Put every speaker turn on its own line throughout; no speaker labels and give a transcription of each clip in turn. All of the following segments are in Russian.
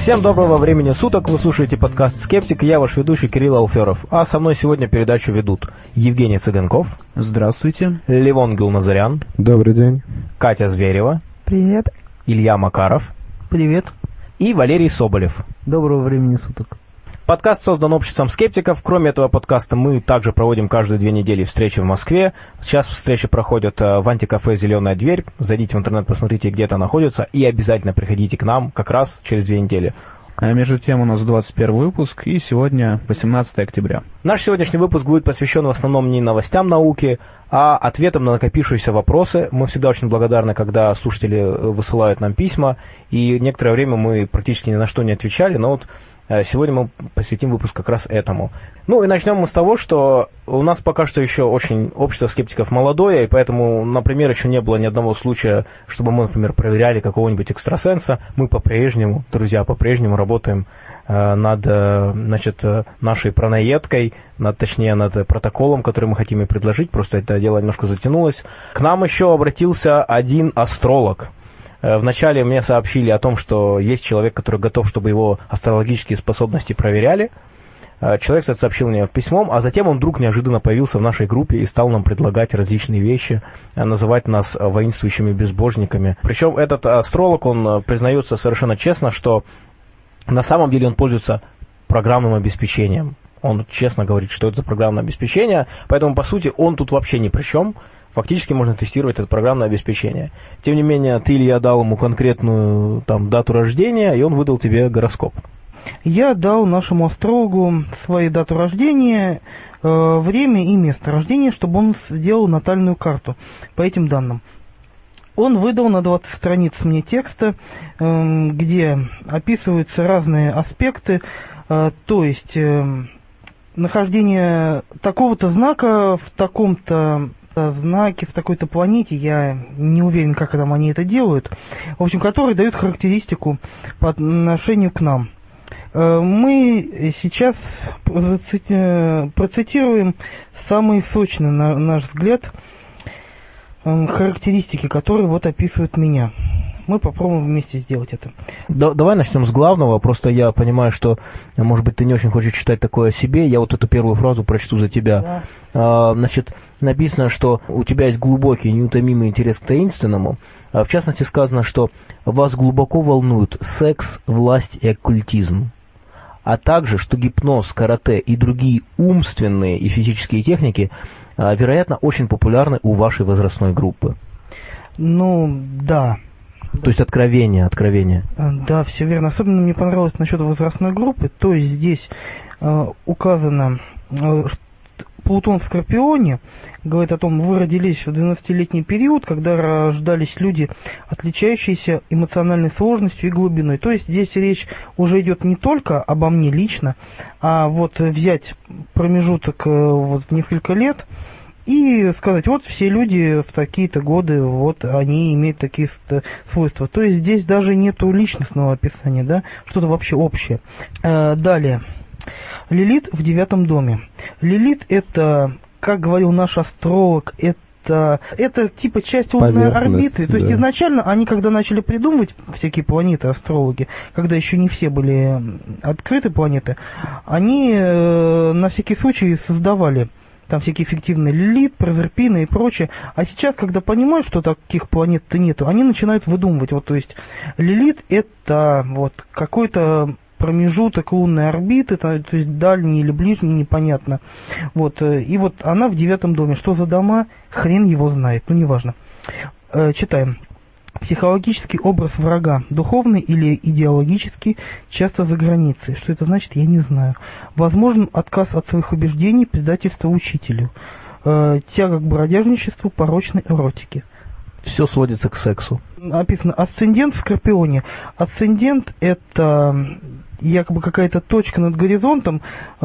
Всем доброго времени суток, вы слушаете подкаст «Скептик», я ваш ведущий Кирилл Алферов, а со мной сегодня передачу ведут Евгений Цыганков.
Здравствуйте.
Левон Гулназарян.
Добрый день.
Катя Зверева.
Привет.
Илья Макаров.
Привет.
И Валерий Соболев.
Доброго времени суток.
Подкаст создан обществом скептиков. Кроме этого подкаста мы также проводим каждые 2 недели встречи в Москве. Сейчас встречи проходят в антикафе «Зеленая дверь». Зайдите в интернет, посмотрите, где это находится, и обязательно приходите к нам как раз через 2 недели.
А между тем у нас 21 выпуск, и сегодня 18 октября.
Наш сегодняшний выпуск будет посвящен в основном не новостям науки, а ответам на накопившиеся вопросы. Мы всегда очень благодарны, когда слушатели высылают нам письма, и некоторое время мы практически ни на что не отвечали, но вот сегодня мы посвятим выпуск как раз этому. Ну и начнем мы с того, что у нас пока что еще очень общество скептиков молодое, и поэтому, например, еще не было ни одного случая, чтобы мы, например, проверяли какого-нибудь экстрасенса. Мы по-прежнему, друзья, по-прежнему работаем над, нашей праноедкой, над протоколом, который мы хотим ей предложить, просто это дело немножко затянулось. К нам еще обратился один астролог. Вначале мне сообщили о том, что есть человек, который готов, чтобы его астрологические способности проверяли. Человек это сообщил мне письмом, а затем он вдруг неожиданно появился в нашей группе и стал нам предлагать различные вещи, называть нас воинствующими безбожниками. Причем этот астролог, он признается совершенно честно, что на самом деле он пользуется программным обеспечением. Он честно говорит, что это за программное обеспечение, поэтому, по сути, он тут вообще ни при чем. Фактически можно тестировать это программное обеспечение. Тем не менее, ты, Илья, дал ему конкретную дату рождения, и он выдал тебе гороскоп.
Я дал нашему астрологу свою дату рождения, время и место рождения, чтобы он сделал натальную карту по этим данным. Он выдал на 20 страниц мне текста, где описываются разные аспекты, то есть нахождение такого-то знака в таком-то знаки в такой-то планете, я не уверен, как там они это делают, в общем, которые дают характеристику по отношению к нам. Мы сейчас процитируем самые сочные, на наш взгляд, характеристики, которые вот описывают меня. Мы попробуем вместе сделать это.
Давай начнем с главного. Просто я понимаю, что, может быть, ты не очень хочешь читать такое о себе. Я вот эту первую фразу прочту за тебя. Да. Написано, что у тебя есть глубокий, неутомимый интерес к таинственному. В частности, сказано, что вас глубоко волнуют секс, власть и оккультизм. А также, что гипноз, карате и другие умственные и физические техники, вероятно, очень популярны у вашей возрастной группы.
Ну, да.
То есть откровение.
Да, все верно. Особенно мне понравилось насчет возрастной группы. То есть здесь указано, Плутон в Скорпионе говорит о том, вы родились в 12-летний период, когда рождались люди, отличающиеся эмоциональной сложностью и глубиной. То есть здесь речь уже идет не только обо мне лично, а вот взять промежуток вот в несколько лет и сказать, вот все люди в такие-то годы, вот они имеют такие свойства. То есть здесь даже нету личностного описания, да, что-то вообще общее. Далее. Лилит в 9 доме. Лилит это, как говорил наш астролог, это типа часть лунной орбиты. То есть изначально они, когда начали придумывать всякие планеты, астрологи, когда еще не все были открыты планеты, они на всякий случай создавали там всякие фиктивные Лилит, Прозерпина и прочее. А сейчас, когда понимают, что таких планет-то нету, они начинают выдумывать. Вот, то есть Лилит это вот какой-то промежуток лунной орбиты, то есть дальний или ближний, непонятно. Вот, и вот она в 9 доме. Что за дома? Хрен его знает, ну неважно. Читаем. Психологический образ врага, духовный или идеологический, часто за границей. Что это значит, я не знаю. Возможен отказ от своих убеждений, предательство учителю. Тяга к бродяжничеству, порочной эротике.
Все сводится к сексу.
Написано асцендент в Скорпионе. Асцендент это якобы какая-то точка над горизонтом,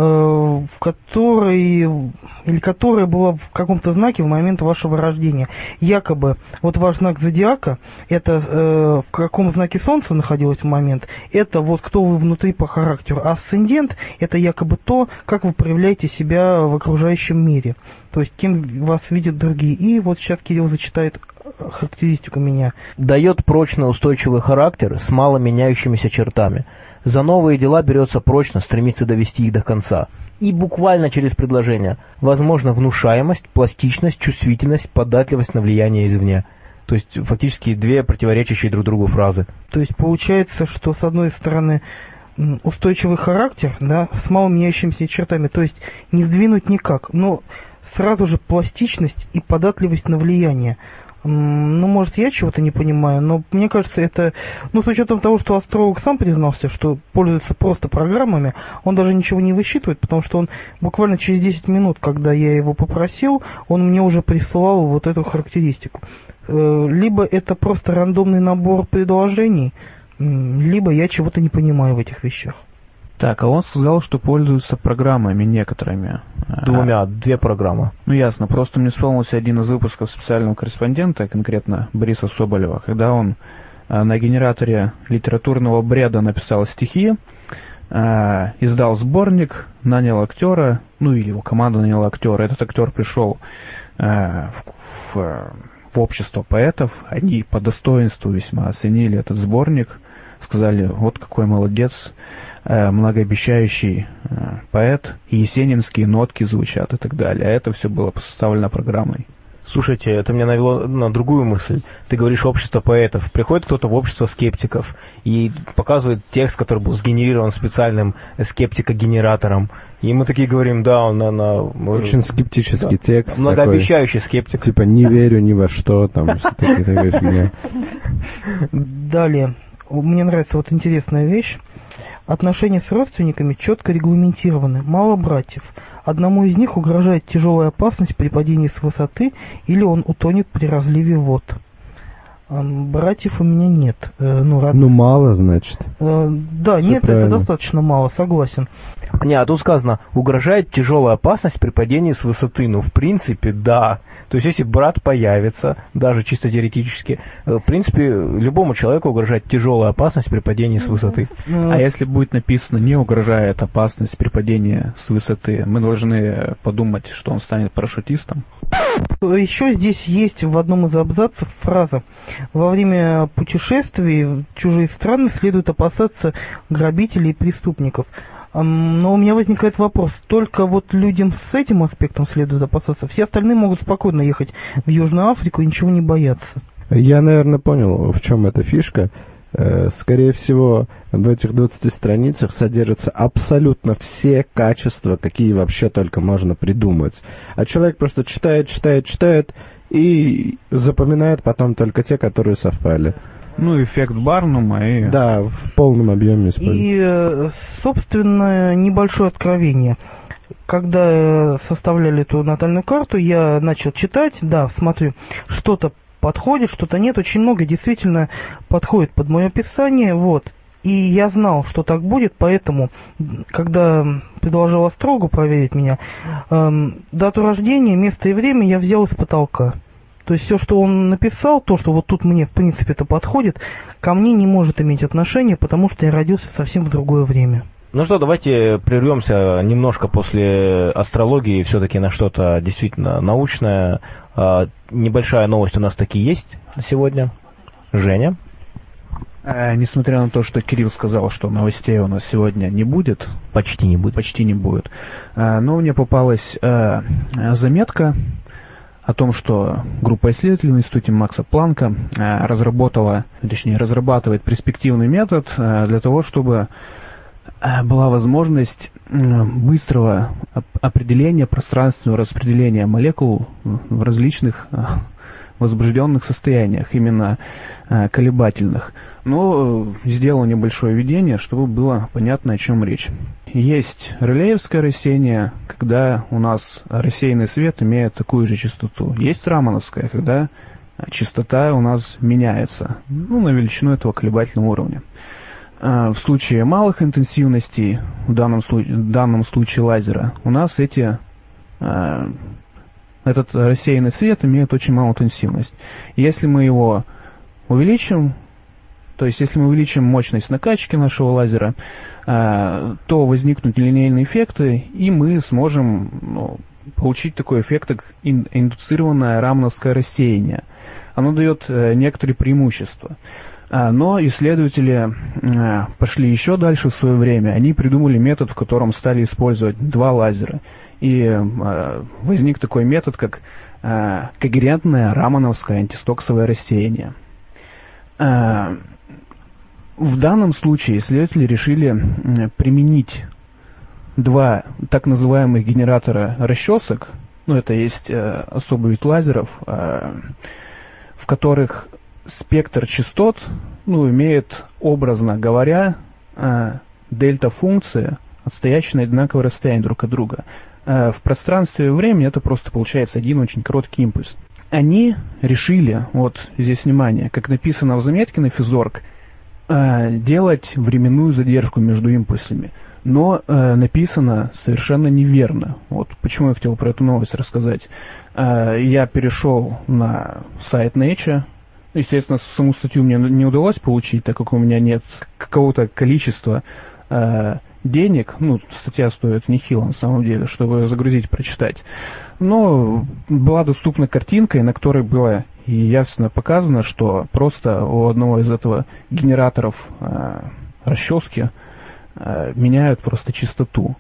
в которой, или которая была в каком-то знаке в момент вашего рождения. Якобы вот ваш знак зодиака, это в каком знаке Солнца находилось в момент, это вот кто вы внутри по характеру. А асцендент это якобы то, как вы проявляете себя в окружающем мире. То есть кем вас видят другие. И вот сейчас Кирилл зачитает характеристика меня.
Дает прочно устойчивый характер с мало меняющимися чертами. За новые дела берется прочно, стремится довести их до конца. И буквально через предложение. Возможно, внушаемость, пластичность, чувствительность, податливость на влияние извне. То есть, фактически, две противоречащие друг другу фразы.
То есть, получается, что, с одной стороны, устойчивый характер, да, с мало меняющимися чертами, то есть, не сдвинуть никак, но сразу же пластичность и податливость на влияние. Ну, может, я чего-то не понимаю, но мне кажется, это... Ну, с учетом того, что астролог сам признался, что пользуется просто программами, он даже ничего не высчитывает, потому что он буквально через 10 минут, когда я его попросил, он мне уже присылал вот эту характеристику. Либо это просто рандомный набор предложений, либо я чего-то не понимаю в этих вещах.
Так, а он сказал, что пользуются программами некоторыми.
Две программы.
Ну, ясно. Просто мне вспомнился один из выпусков специального корреспондента, конкретно Бориса Соболева, когда он на генераторе литературного бреда написал стихи, издал сборник, нанял актера, ну, или его команда наняла актера. Этот актер пришел в общество поэтов, они по достоинству весьма оценили этот сборник, сказали, вот какой молодец, многообещающий поэт, есенинские нотки звучат и так далее. А это все было составлено программой.
Слушайте, это меня навело на другую мысль. Ты говоришь общество поэтов. Приходит кто-то в общество скептиков и показывает текст, который был сгенерирован специальным скептикогенератором. И мы такие говорим, да, он
очень скептический текст.
Многообещающий скептик.
Типа не верю ни во что, там, все такие фигня.
Далее. Мне нравится вот интересная вещь. Отношения с родственниками четко регламентированы. Мало братьев. Одному из них угрожает тяжелая опасность при падении с высоты, или он утонет при разливе вод. Братьев у меня нет.
Мало, значит.
Да,
все
нет,
правильно.
это достаточно мало, согласен.
Не, а тут сказано, угрожает тяжелая опасность при падении с высоты. Ну, в принципе, да. То есть, если брат появится, даже чисто теоретически, в принципе, любому человеку угрожает тяжелая опасность при падении с высоты.
А если будет написано «не угрожает опасность при падении с высоты», мы должны подумать, что он станет парашютистом?
Еще здесь есть в одном из абзацев фраза: «Во время путешествий в чужие страны следует опасаться грабителей и преступников». Но у меня возникает вопрос, только вот людям с этим аспектом следует опасаться? Все остальные могут спокойно ехать в Южную Африку и ничего не бояться.
Я, наверное, понял, в чем эта фишка. Скорее всего, в этих 20 страницах содержатся абсолютно все качества, какие вообще только можно придумать. А человек просто читает и запоминает потом только те, которые совпали.
Ну, эффект Барнума и...
Да, в полном объеме используют.
И, собственно, небольшое откровение. Когда составляли эту натальную карту, я начал читать, да, смотрю, что-то подходит, что-то нет, очень много действительно подходит под мое описание, вот. И я знал, что так будет, поэтому, когда предложил астрологу проверить меня, дату рождения, место и время я взял из потолка. То есть все, что он написал, то, что вот тут мне, в принципе, это подходит, ко мне не может иметь отношения, потому что я родился совсем в другое время.
Ну что, давайте прервемся немножко после астрологии все-таки на что-то действительно научное. Небольшая новость у нас таки есть сегодня. Женя?
Несмотря на то, что Кирилл сказал, что новостей у нас сегодня не будет.
Почти не будет.
Но мне попалась заметка о том, что группа исследователей в Институте Макса Планка разрабатывает перспективный метод для того, чтобы была возможность быстрого определения пространственного распределения молекул в различных возбужденных состояниях, именно колебательных. Но сделал небольшое введение, чтобы было понятно, о чем речь. Есть релеевское рассеяние, когда у нас рассеянный свет имеет такую же частоту. Есть рамановское, когда частота у нас меняется, на величину этого колебательного уровня. В случае малых интенсивностей, в данном случае лазера, у нас этот рассеянный свет имеет очень малую интенсивность. Если мы его увеличим, то есть если мы увеличим мощность накачки нашего лазера, то возникнут нелинейные эффекты, и мы сможем получить такой эффект, как индуцированное рамановское рассеяние. оно дает некоторые преимущества. Но исследователи пошли еще дальше в свое время. Они придумали метод, в котором стали использовать два лазера. И возник такой метод, как когерентное рамановское антистоксовое рассеяние. В данном случае исследователи решили применить два так называемых генератора расчесок. Это есть особый вид лазеров, в которых спектр частот имеет, образно говоря, дельта-функции, отстоящие на одинаковое расстояние друг от друга. В пространстве и времени это просто получается один очень короткий импульс. Они решили, здесь внимание, как написано в заметке на Физорг, делать временную задержку между импульсами. Но написано совершенно неверно. Почему я хотел про эту новость рассказать. Я перешел на сайт Nature. Естественно, саму статью мне не удалось получить, так как у меня нет какого-то количества денег. Статья стоит нехило на самом деле, чтобы ее загрузить, прочитать. Но была доступна картинка, на которой было и явственно показано, что просто у одного из этого генераторов расчески меняют просто частоту.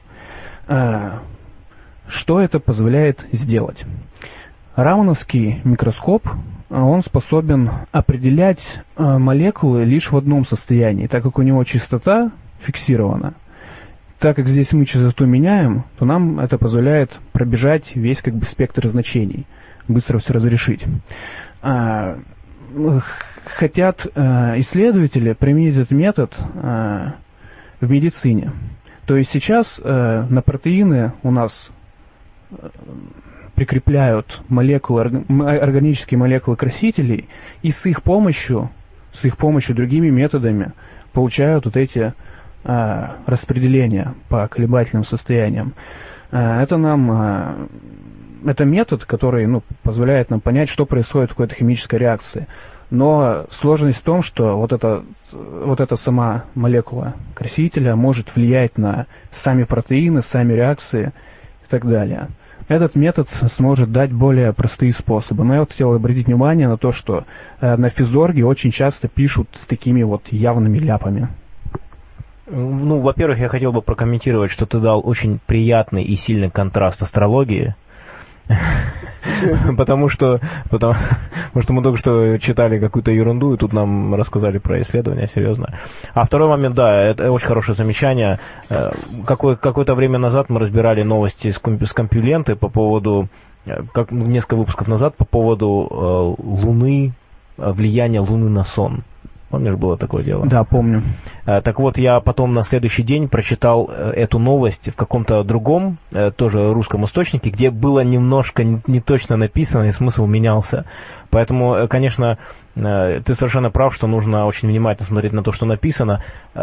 Что это позволяет сделать? Рамановский микроскоп, он способен определять молекулы лишь в одном состоянии, так как у него частота фиксирована. Так как здесь мы частоту меняем, то нам это позволяет пробежать весь спектр значений, быстро все разрешить. Хотят исследователи применить этот метод в медицине. То есть сейчас на протеины у нас прикрепляют органические молекулы красителей, и с их помощью другими методами получают эти распределения по колебательным состояниям. Это метод, который позволяет нам понять, что происходит в какой-то химической реакции. Но сложность в том, что эта сама молекула красителя может влиять на сами протеины, сами реакции и так далее. Этот метод сможет дать более простые способы. Но я хотел обратить внимание на то, что на Физорге очень часто пишут с такими явными ляпами.
Во-первых, я хотел бы прокомментировать, что ты дал очень приятный и сильный контраст астрологии. Потому что мы только что читали какую-то ерунду, и тут нам рассказали про исследования, серьезно. А второй момент, да, это очень хорошее замечание. Какое-то время назад мы разбирали новости с Компьюленты по поводу, несколько выпусков назад, по поводу Луны, влияния Луны на сон. Помнишь, было такое дело?
Да, помню.
Так вот, я потом на следующий день прочитал эту новость в каком-то другом, тоже русском источнике, где было немножко не точно написано, и смысл менялся. Поэтому, конечно, ты совершенно прав, что нужно очень внимательно смотреть на то, что написано.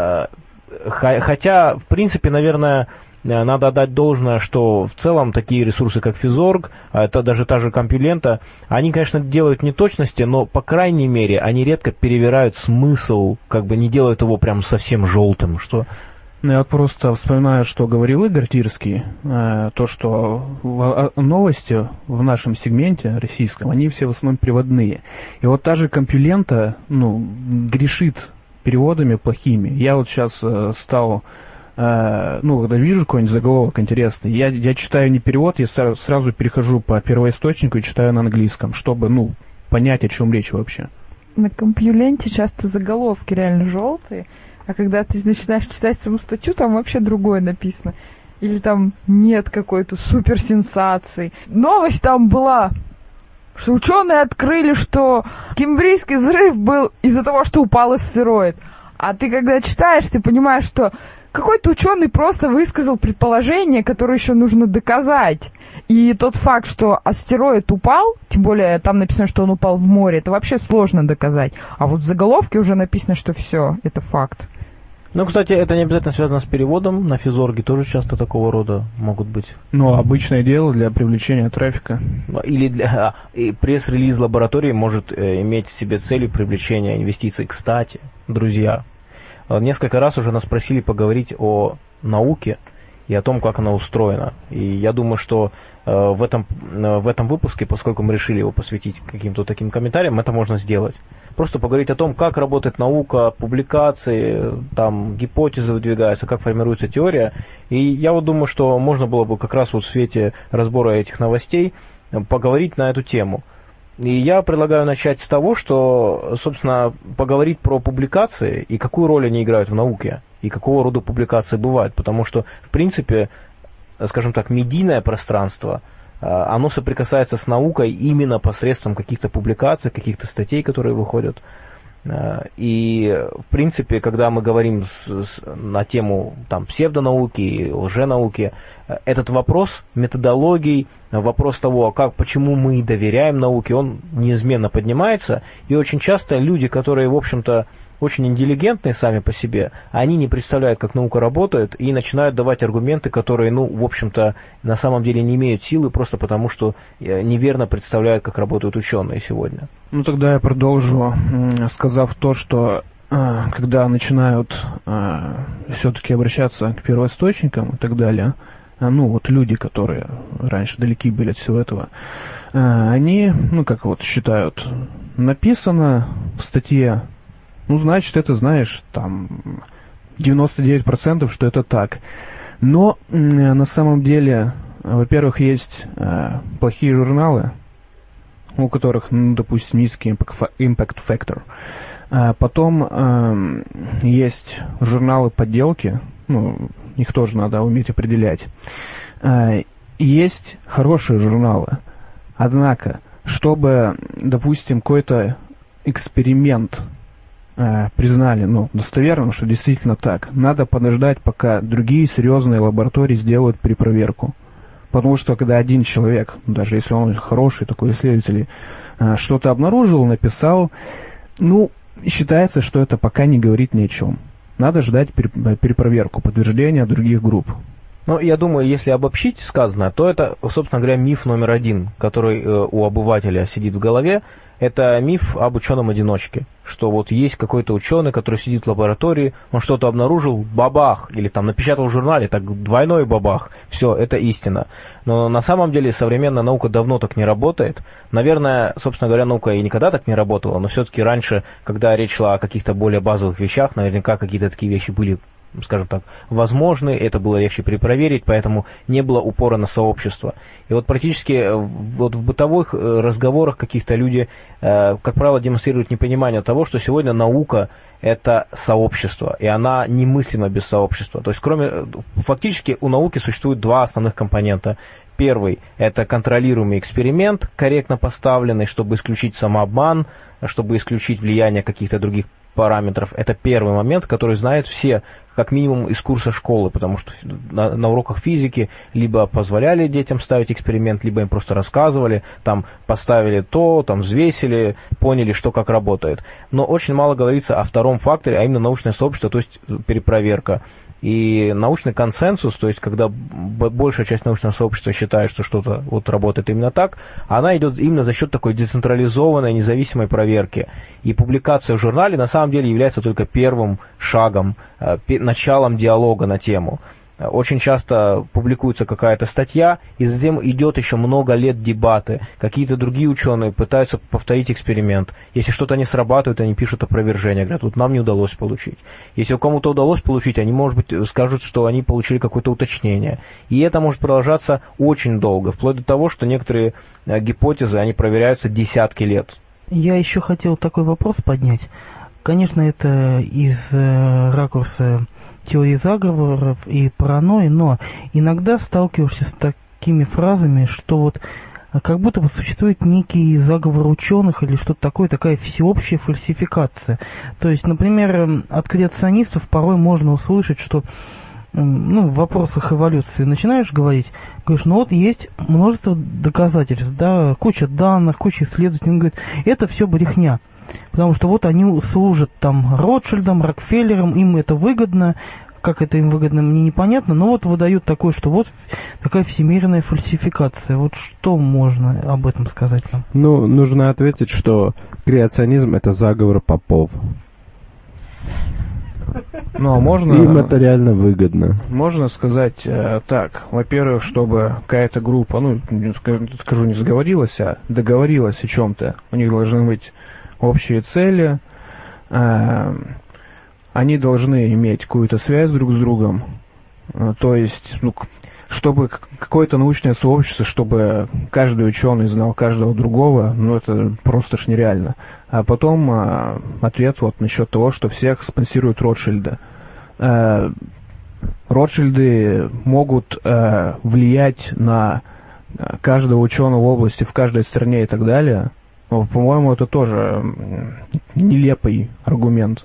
Хотя, в принципе, наверное, надо отдать должное, что в целом такие ресурсы, как Физорг, это даже та же Компьюлента, они, конечно, делают неточности, но, по крайней мере, они редко перевирают смысл, не делают его прям совсем желтым, что...
Я просто вспоминаю, что говорил Игорь Тирский, то, что новости в нашем сегменте российском, они все в основном переводные. И та же Компьюлента, грешит переводами плохими. Я сейчас стал... когда вижу какой-нибудь заголовок интересный, я читаю не перевод, я сразу перехожу по первоисточнику и читаю на английском, чтобы, понять, о чем речь вообще.
На Компьюленте часто заголовки реально желтые, а когда ты начинаешь читать саму статью, там вообще другое написано. Или там нет какой-то суперсенсации. Новость там была, что ученые открыли, что Кембрийский взрыв был из-за того, что упал астероид. А ты когда читаешь, ты понимаешь, что какой-то ученый просто высказал предположение, которое еще нужно доказать. И тот факт, что астероид упал, тем более там написано, что он упал в море, это вообще сложно доказать. А в заголовке уже написано, что все, это факт.
Кстати, это не обязательно связано с переводом. На Физорге тоже часто такого рода могут быть.
Обычное дело для привлечения трафика.
Или пресс-релиз лаборатории может иметь в себе целью привлечения инвестиций. Кстати, друзья, несколько раз уже нас просили поговорить о науке и о том, как она устроена. И я думаю, что в этом выпуске, поскольку мы решили его посвятить каким-то таким комментариям, это можно сделать. Просто поговорить о том, как работает наука, публикации, там, гипотезы выдвигаются, как формируется теория. И я вот думаю, что можно было бы как раз вот в свете разбора этих новостей поговорить на эту тему. И я предлагаю начать с того, что, собственно, поговорить про публикации и какую роль они играют в науке, и какого рода публикации бывают. Потому что, в принципе, скажем так, медийное пространство, оно соприкасается с наукой именно посредством каких-то публикаций, каких-то статей, которые выходят. И, в принципе, когда мы говорим на тему там, псевдонауки, лженауки, этот вопрос методологий, вопрос того, почему мы доверяем науке, он неизменно поднимается. И очень часто люди, которые, в общем-то, очень интеллигентные сами по себе, они не представляют, как наука работает, и начинают давать аргументы, которые, в общем-то, на самом деле не имеют силы, просто потому что неверно представляют, как работают ученые сегодня.
Тогда я продолжу, сказав то, что когда начинают все-таки обращаться к первоисточникам и так далее, люди, которые раньше далеки были от всего этого, они, как вот считают, написано в статье, значит, это, знаешь, там 99%, что это так. Но на самом деле, во-первых, есть плохие журналы, у которых, допустим, низкий impact factor. Потом есть журналы подделки, их тоже надо уметь определять. Есть хорошие журналы. Однако, чтобы, допустим, какой-то эксперимент признали, достоверно, что действительно так, надо подождать, пока другие серьезные лаборатории сделают перепроверку. Потому что когда один человек, даже если он хороший такой исследователь, что-то обнаружил, написал, считается, что это пока не говорит ни о чем. Надо ждать перепроверку, подтверждения других групп.
Я думаю, если обобщить сказанное, то это, собственно говоря, миф номер один, который у обывателя сидит в голове. Это миф об ученом-одиночке, что вот есть какой-то ученый, который сидит в лаборатории, он что-то обнаружил, бабах, или там напечатал в журнале, так двойной бабах, все, это истина. Но на самом деле современная наука давно так не работает. Наверное, собственно говоря, наука и никогда так не работала, но все-таки раньше, когда речь шла о каких-то более базовых вещах, наверняка какие-то такие вещи были, скажем так, возможны, это было легче перепроверить, поэтому не было упора на сообщество. И вот практически вот в бытовых разговорах каких-то люди, как правило, демонстрируют непонимание того, что сегодня наука – это сообщество, и она немыслима без сообщества. То есть, фактически у науки существует два основных компонента. Первый – это контролируемый эксперимент, корректно поставленный, чтобы исключить самообман, чтобы исключить влияние каких-то других параметров. Это первый момент, который знают все, как минимум из курса школы, потому что на уроках физики либо позволяли детям ставить эксперимент, либо им просто рассказывали, там поставили то, там взвесили, поняли, что как работает. Но очень мало говорится о втором факторе, а именно научное сообщество, то есть перепроверка. И научный консенсус, то есть когда большая часть научного сообщества считает, что что-то вот работает именно так, она идет именно за счет такой децентрализованной, независимой проверки. И публикация в журнале на самом деле является только первым шагом, началом диалога на тему. Очень часто публикуется какая-то статья, и затем идет еще много лет дебаты. Какие-то другие ученые пытаются повторить эксперимент. Если что-то не срабатывает, они пишут опровержение, говорят, вот нам не удалось получить. Если кому-то удалось получить, они, может быть, скажут, что они получили какое-то уточнение. И это может продолжаться очень долго, вплоть до того, что некоторые гипотезы, они проверяются десятки лет.
Я еще хотел такой вопрос поднять. Конечно, это из ракурса теории заговоров и паранойи, но иногда сталкиваешься с такими фразами, что вот как будто бы существует некий заговор ученых или что-то такое, такая всеобщая фальсификация. То есть, например, от креационистов порой можно услышать, что в вопросах эволюции начинаешь говорить, говоришь, вот есть множество доказательств, да, куча данных, куча исследований, он говорит, это все брехня. Потому что вот они служат там Ротшильдам, Рокфеллерам, им это выгодно, как это им выгодно, мне непонятно, но вот выдают такое, что вот такая всемирная фальсификация. Вот что можно об этом сказать нам?
Нужно ответить, что креационизм – это заговор попов.
Но можно...
Им это реально выгодно.
Можно сказать так. Во-первых, чтобы какая-то группа, не сговорилась, а договорилась о чем-то. У них должны быть общие цели. Они должны иметь какую-то связь друг с другом. То есть, чтобы какое-то научное сообщество, чтобы каждый ученый знал каждого другого, это просто ж нереально. А потом ответ насчет того, что всех спонсируют Ротшильды. Ротшильды могут влиять на каждого ученого в области, в каждой стране и так далее. Но, по-моему, это тоже нелепый аргумент.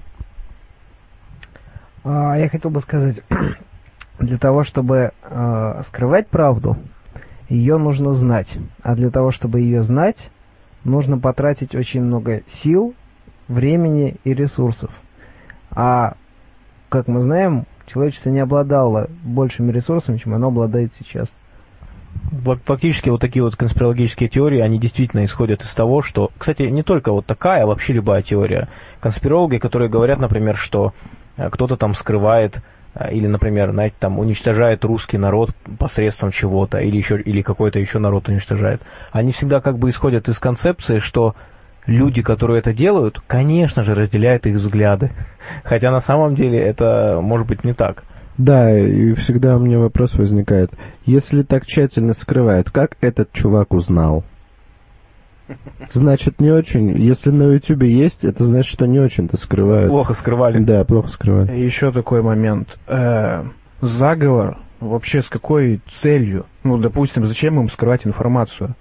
Я хотел бы сказать, для того, чтобы скрывать правду, ее нужно знать. А для того, чтобы ее знать, нужно потратить очень много сил, времени и ресурсов. А, как мы знаем, человечество не обладало большими ресурсами, чем оно обладает сейчас.
Фактически такие конспирологические теории, они действительно исходят из того, что... Кстати, не только такая, а вообще любая теория. Конспирологи, которые говорят, например, что кто-то там скрывает или, например, уничтожает русский народ посредством чего-то, или какой-то еще народ уничтожает. Они всегда исходят из концепции, что люди, которые это делают, конечно же, разделяют их взгляды. Хотя на самом деле это может быть не так.
Да, и всегда у меня вопрос возникает. Если так тщательно скрывают, как этот чувак узнал? Значит, не очень. Если на Ютубе есть, это значит, что не очень-то скрывают.
Плохо скрывали.
Да, плохо скрывали.
Еще такой момент. Заговор вообще с какой целью? Допустим, зачем им скрывать информацию?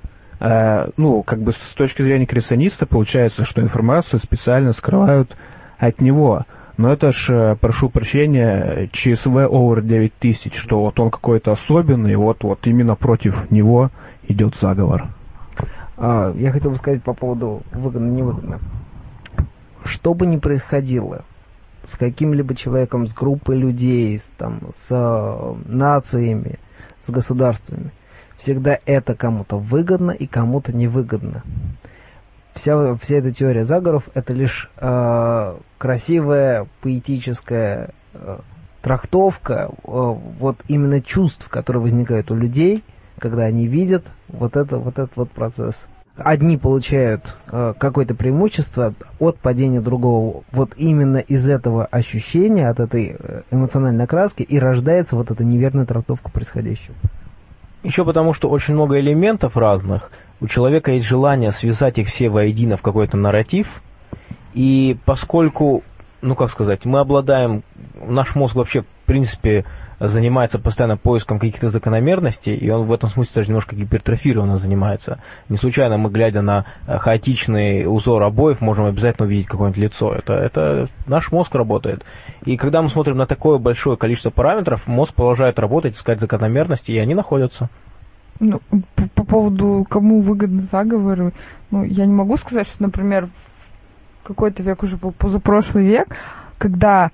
С точки зрения креациониста получается, что информацию специально скрывают от него. Но это ж, прошу прощения, ЧСВ Over 9000, что он какой-то особенный, именно против него идет заговор.
Я хотел бы сказать по поводу выгодно-невыгодно. Что бы ни происходило с каким-либо человеком, с группой людей, с нациями, с государствами, всегда это кому-то выгодно и кому-то невыгодно. Вся эта теория заговоров — это лишь красивая, поэтическая трактовка именно чувств, которые возникают у людей, когда они видят этот процесс. Одни получают какое-то преимущество от падения другого. Именно из этого ощущения, от этой эмоциональной окраски и рождается эта неверная трактовка происходящего.
Еще потому, что очень много элементов разных. У человека есть желание связать их все воедино в какой-то нарратив. И поскольку, мы обладаем... Наш мозг вообще, в принципе, занимается постоянно поиском каких-то закономерностей, и он в этом смысле даже немножко гипертрофированно занимается. Не случайно мы, глядя на хаотичный узор обоев, можем обязательно увидеть какое-нибудь лицо. Это наш мозг работает. И когда мы смотрим на такое большое количество параметров, мозг продолжает работать, искать закономерности, и они находятся.
По поводу, кому выгодны заговоры, я не могу сказать, что, например, в какой-то век уже был позапрошлый век, когда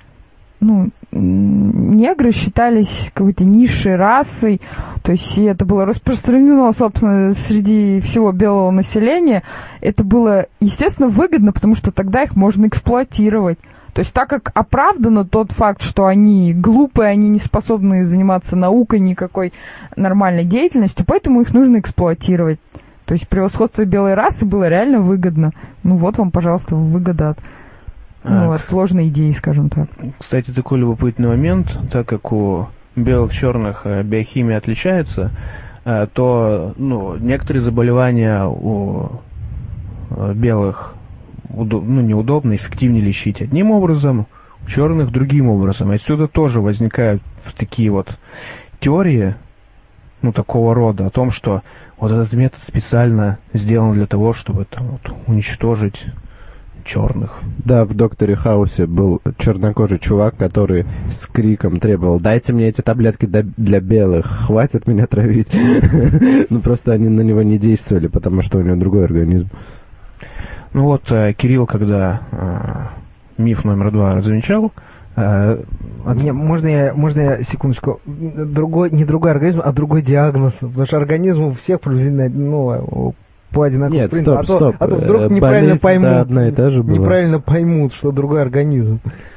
негры считались какой-то низшей расой, то есть и это было распространено, собственно, среди всего белого населения. Это было, естественно, выгодно, потому что тогда их можно эксплуатировать. То есть так как оправдано тот факт, что они глупые, они не способны заниматься наукой, никакой нормальной деятельностью, поэтому их нужно эксплуатировать. То есть превосходство белой расы было реально выгодно. Вам, пожалуйста, выгода от сложной идеи, скажем так.
Кстати, такой любопытный момент, так как у белых-черных биохимия отличается, то некоторые заболевания у белых неудобно, эффективнее лечить одним образом, у черных другим образом. И отсюда тоже возникают такие теории, такого рода, о том, что этот метод специально сделан для того, чтобы уничтожить черных.
Да, в «Докторе Хаусе» был чернокожий чувак, который с криком требовал: «Дайте мне эти таблетки для белых, хватит меня травить». Просто они на него не действовали, потому что у него другой организм.
Кирилл, когда миф номер 2 замечал...
Можно я секундочку? Не другой организм, а другой диагноз. Потому что организм у всех приблизительно по одинаковому принципу.
Нет, стоп.
А то вдруг неправильно
поймут, одна и та же была.
Неправильно поймут, что другой организм.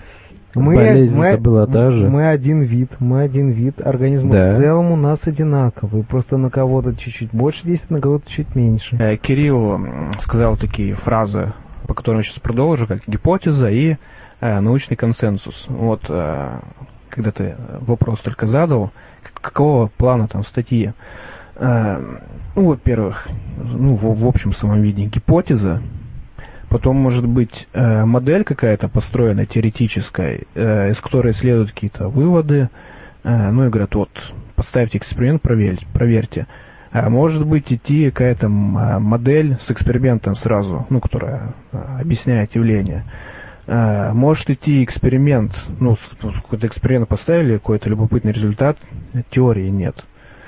Болезнь-то была та же.
Мы один вид, организм
Да.
в целом у нас одинаковый, просто на кого-то чуть-чуть больше действует, на кого-то чуть меньше.
Кирилл сказал такие фразы, по которым я сейчас продолжу, как гипотеза и научный консенсус. Вот, когда ты вопрос только задал, какого плана там статьи? Во-первых, в общем самом виде гипотеза, потом может быть модель какая-то построенная, теоретическая, из которой следуют какие-то выводы, и говорят, вот, поставьте эксперимент, проверьте. А может быть идти какая-то модель с экспериментом сразу, которая объясняет явление. Может идти эксперимент, какой-то эксперимент поставили, какой-то любопытный результат, теории нет.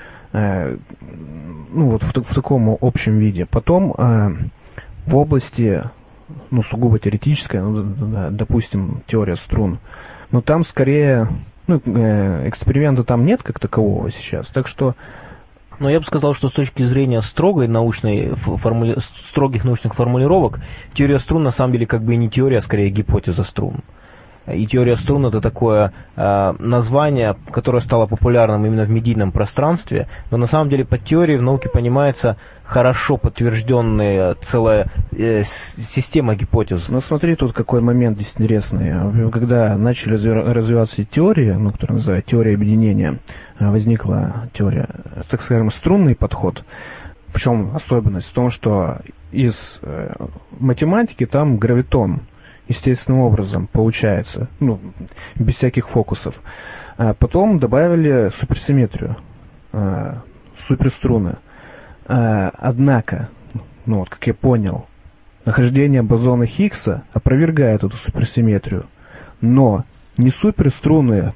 Вот в таком общем виде. Потом в области, сугубо теоретической, допустим, теория струн, но там скорее, эксперимента там нет как такового сейчас, так что...
Но я бы сказал, что с точки зрения строгих научных формулировок, теория струн на самом деле как бы и не теория, а скорее гипотеза струн. И теория струн — это такое название, которое стало популярным именно в медийном пространстве, но на самом деле под теорией в науке понимается хорошо подтвержденная целая система гипотез.
Смотри, тут какой момент здесь интересный. Когда начали развиваться теории, которая называется теория объединения, возникла теория, так скажем, струнный подход. Причем особенность в том, что из математики там гравитон естественным образом получается, без всяких фокусов. Потом добавили суперсимметрию, суперструны. Однако, как я понял, нахождение бозона Хиггса опровергает эту суперсимметрию, но не суперструны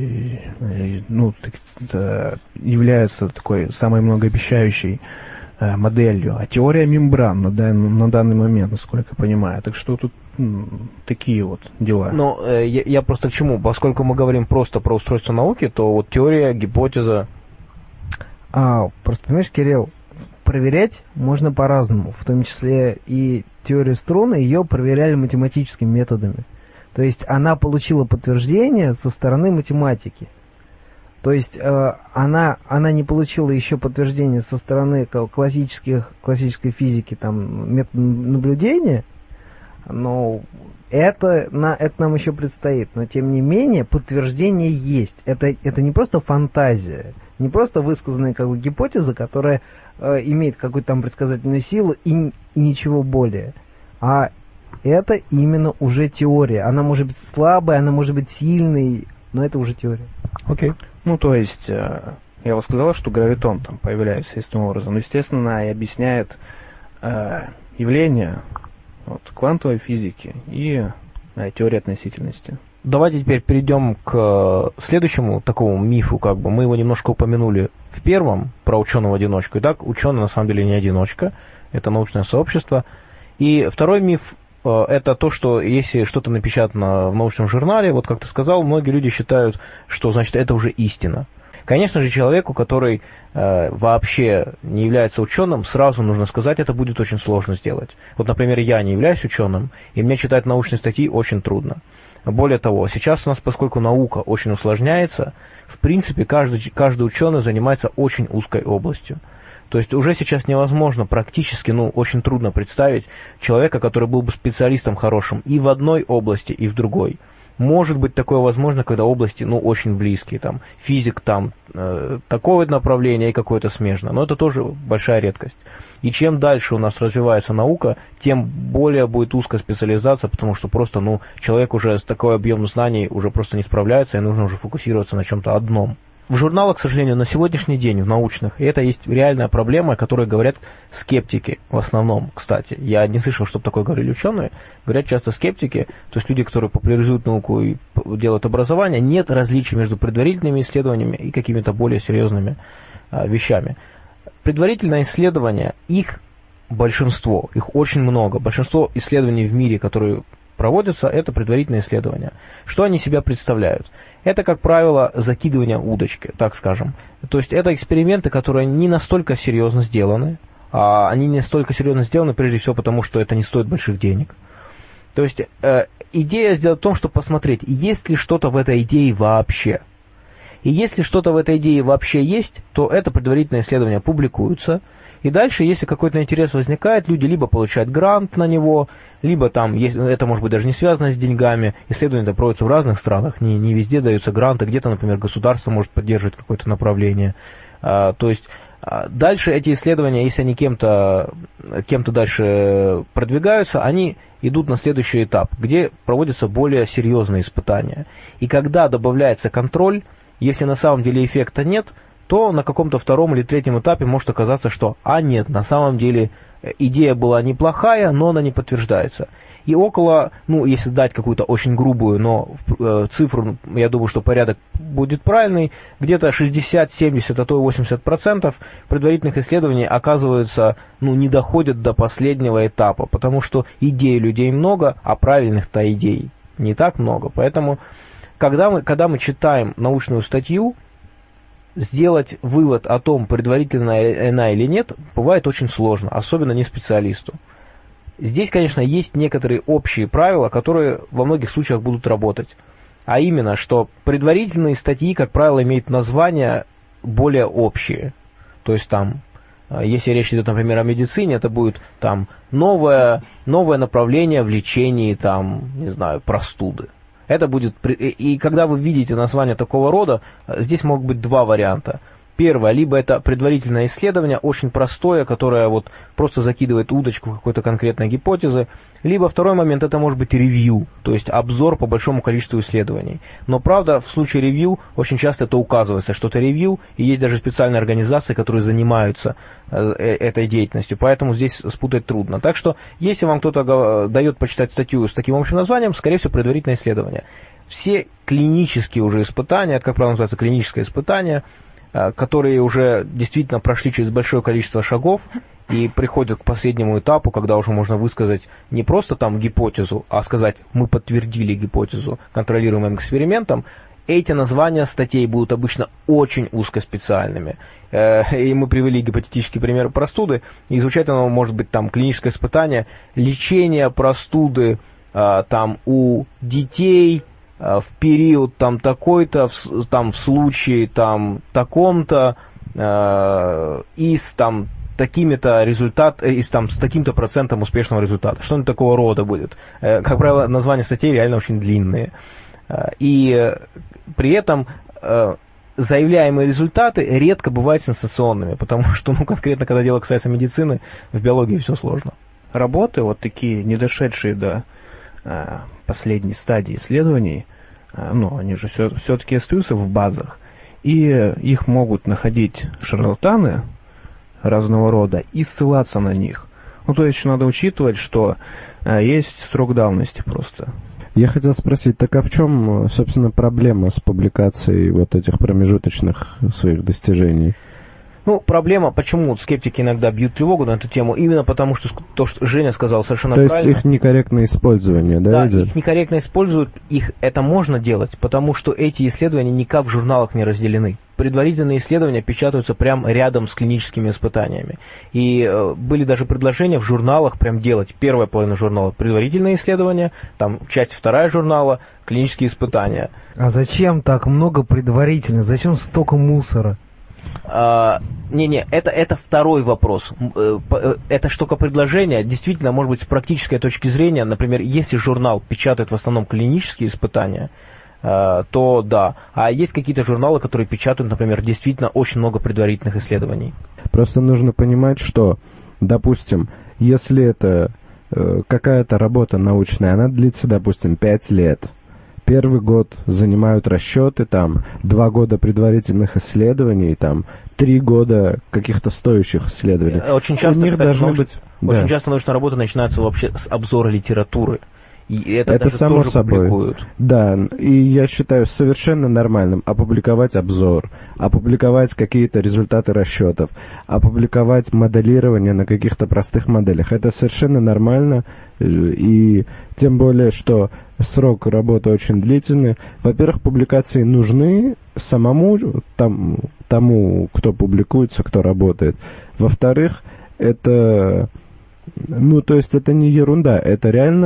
являются такой самой многообещающей моделью, а теория мембран на данный момент, насколько я понимаю. Так что тут такие вот дела.
Но я просто к чему? Поскольку мы говорим просто про устройство науки, то вот теория, гипотеза...
Просто понимаешь, Кирилл, проверять можно по-разному, в том числе и теорию струн, ее проверяли математическими методами. То есть она получила подтверждение со стороны математики. То есть она не получила еще подтверждения со стороны классической физики, метода наблюдения, но это нам еще предстоит. Но тем не менее подтверждение есть. Это не просто фантазия, не просто высказанная гипотеза, которая имеет какую-то предсказательную силу и ничего более. А это именно уже теория. Она может быть слабой, она может быть сильной, но это уже теория.
Окей.
То есть, я вам сказал, что гравитон там появляется естественным образом. Но, естественно, она и объясняет явления квантовой физики и теории относительности.
Давайте теперь перейдем к следующему такому мифу, Мы его немножко упомянули в первом, про ученого-одиночку. Итак, ученый на самом деле не одиночка, это научное сообщество. И второй миф – это то, что если что-то напечатано в научном журнале, как ты сказал, многие люди считают, что, значит, это уже истина. Конечно же, человеку, который вообще не является ученым, сразу нужно сказать, это будет очень сложно сделать. Например, я не являюсь ученым, и мне читать научные статьи очень трудно. Более того, сейчас у нас, поскольку наука очень усложняется, в принципе, каждый ученый занимается очень узкой областью. То есть уже сейчас невозможно практически, очень трудно представить человека, который был бы специалистом хорошим и в одной области, и в другой. Может быть такое возможно, когда области, очень близкие, физик такое направление и какое-то смежное, но это тоже большая редкость. И чем дальше у нас развивается наука, тем более будет узкая специализация, потому что просто, человек уже с такой объемом знаний уже просто не справляется, и нужно уже фокусироваться на чем-то одном. В журналах, к сожалению, на сегодняшний день, в научных, и это есть реальная проблема, о которой говорят скептики в основном, кстати. Я не слышал, чтобы такое говорили ученые. Говорят часто скептики, то есть люди, которые популяризуют науку и делают образование. Нет различий между предварительными исследованиями и какими-то более серьезными вещами. Предварительное исследование, их большинство, их очень много. Большинство исследований в мире, которые проводятся, это предварительные исследования. Что они себя представляют? Это, как правило, закидывание удочки, так скажем. То есть это эксперименты, которые не настолько серьезно сделаны. Они не настолько серьезно сделаны, прежде всего, потому что это не стоит больших денег. То есть идея сделать в том, чтобы посмотреть, есть ли что-то в этой идее вообще. И если что-то в этой идее вообще есть, то это предварительное исследование публикуется. И дальше, если какой-то интерес возникает, люди либо получают грант на него, либо там, это может быть даже не связано с деньгами. Исследования это проводятся в разных странах, не везде даются гранты, где-то, например, государство может поддерживать какое-то направление. То есть дальше эти исследования, если они кем-то дальше продвигаются, они идут на следующий этап, где проводятся более серьезные испытания. И когда добавляется контроль, если на самом деле эффекта нет, то на каком-то втором или третьем этапе может оказаться, что нет, на самом деле идея была неплохая, но она не подтверждается. И около, если дать какую-то очень грубую, но цифру, я думаю, что порядок будет правильный, где-то 60, 70, а то и 80% предварительных исследований, оказывается, не доходят до последнего этапа, потому что идей людей много, а правильных-то идей не так много. Поэтому, когда мы читаем научную статью, сделать вывод о том, предварительная она или нет, бывает очень сложно, особенно не специалисту. Здесь, конечно, есть некоторые общие правила, которые во многих случаях будут работать. А именно, что предварительные статьи, как правило, имеют названия более общие. То есть там, если речь идет, например, о медицине, это будет там новое направление в лечении, там, не знаю, простуды. Это будет, и когда вы видите название такого рода, здесь могут быть два варианта. Первое, либо это предварительное исследование, очень простое, которое просто закидывает удочку какой-то конкретной гипотезы, либо второй момент, это может быть ревью, то есть обзор по большому количеству исследований. Но правда, в случае ревью очень часто это указывается, что это ревью, и есть даже специальные организации, которые занимаются этой деятельностью, поэтому здесь спутать трудно. Так что, если вам кто-то дает почитать статью с таким общим названием, скорее всего, предварительное исследование. Все клинические уже испытания, это, как правило, называется клиническое испытание, которые уже действительно прошли через большое количество шагов и приходят к последнему этапу, когда уже можно высказать не просто там гипотезу, а сказать, мы подтвердили гипотезу контролируемым экспериментом, эти названия статей будут обычно очень узкоспециальными. И мы привели гипотетический пример простуды, и звучать оно может быть там клиническое испытание, лечение простуды там у детей, в период там такой-то, там в случае там таком-то, и с там такими-то результатами, с таким-то процентом успешного результата. Что-нибудь такого рода будет. Как правило, названия статей реально очень длинные. И при этом заявляемые результаты редко бывают сенсационными, потому что, конкретно, когда дело касается медицины, в биологии все сложно.
Работы, вот такие, не дошедшие до последней стадии исследований, они же все-таки остаются в базах, и их могут находить шарлатаны разного рода и ссылаться на них. То есть еще надо учитывать, что есть срок давности просто.
Я хотел спросить, так а в чем, собственно, проблема с публикацией вот этих промежуточных своих достижений?
Проблема, почему скептики иногда бьют тревогу на эту тему, именно потому, что то, что Женя сказал, совершенно правильно.
То есть их некорректное использование, да?
Да, их некорректно используют, это можно делать, потому что эти исследования никак в журналах не разделены. Предварительные исследования печатаются прямо рядом с клиническими испытаниями. И были даже предложения в журналах прям делать. Первая половина журнала предварительные исследования, там часть вторая журнала клинические испытания.
А зачем так много предварительных? Зачем столько мусора?
Это второй вопрос. Это что-то предложение, действительно, может быть, с практической точки зрения, например, если журнал печатает в основном клинические испытания, то да. А есть какие-то журналы, которые печатают, например, действительно очень много предварительных исследований.
Просто нужно понимать, что, допустим, если это какая-то работа научная, она длится, допустим, 5 лет. Первый год занимают расчеты, 2 года предварительных исследований, 3 года каких-то стоящих исследований.
Очень часто, часто научная работа начинается вообще с обзора литературы. И это даже
само
тоже
собой
публикуют.
Да, и я считаю совершенно нормальным опубликовать обзор, опубликовать какие-то результаты расчетов, опубликовать моделирование на каких-то простых моделях. Это совершенно нормально, и тем более, что срок работы очень длительный. Во-первых, публикации нужны самому тому, кто публикуется, кто работает. Во-вторых, это, это не ерунда, это реально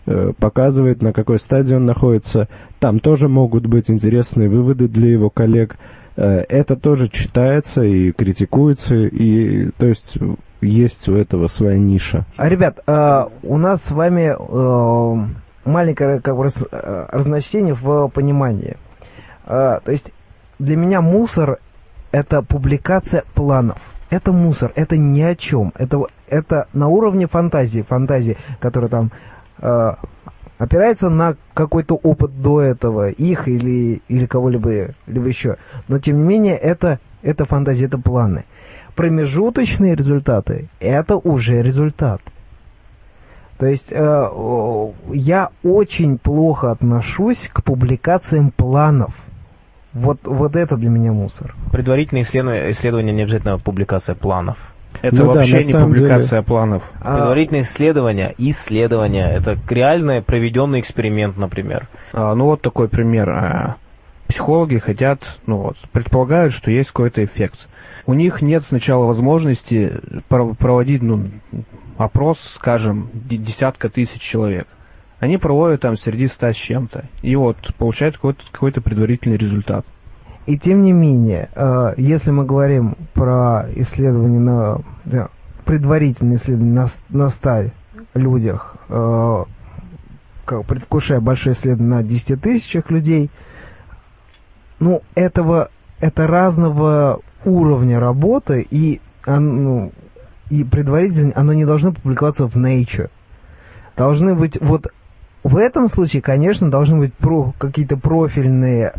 показывает, на какой стадии он находится. Там тоже могут быть интересные выводы для его коллег. Это тоже читается и критикуется, и то есть у этого своя ниша.
Ребят, у нас с вами маленькое разночтение в понимании. То есть для меня мусор — это публикация планов. Это мусор, это ни о чем. Это на уровне фантазии, которая там опирается на какой-то опыт до этого, их или кого-либо еще. Но тем не менее, это фантазия, это планы. Промежуточные результаты — это уже результат. То есть я очень плохо отношусь к публикациям планов. Вот это для меня мусор.
Предварительные исследования не обязательно публикация планов.
Это вообще не публикация планов.
Предварительные исследования, это реальный проведенный эксперимент, например.
Вот такой пример. Психологи предполагают, что есть какой-то эффект. У них нет сначала возможности проводить опрос, скажем, десятка тысяч человек. Они проводят там среди 100 с чем-то. И получают какой-то предварительный результат.
И тем не менее, если мы говорим про исследования предварительные исследования на 100 людях, предвкушая большое исследование на 10 тысячах людей, это разного уровня работы, и предварительно оно не должно публиковаться в Nature. Должны быть, в этом случае, конечно, должны быть какие-то профильные,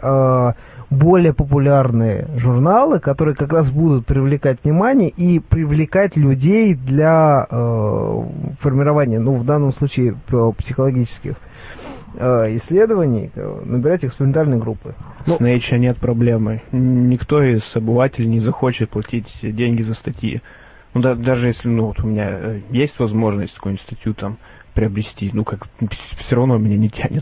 более популярные журналы, которые как раз будут привлекать внимание и привлекать людей для формирования, в данном случае, психологических исследований, набирать экспериментальные группы.
С Nature нет проблемы. Никто из обывателей не захочет платить деньги за статьи. Даже если у меня есть возможность какую-нибудь статью там приобрести, все равно меня не тянет.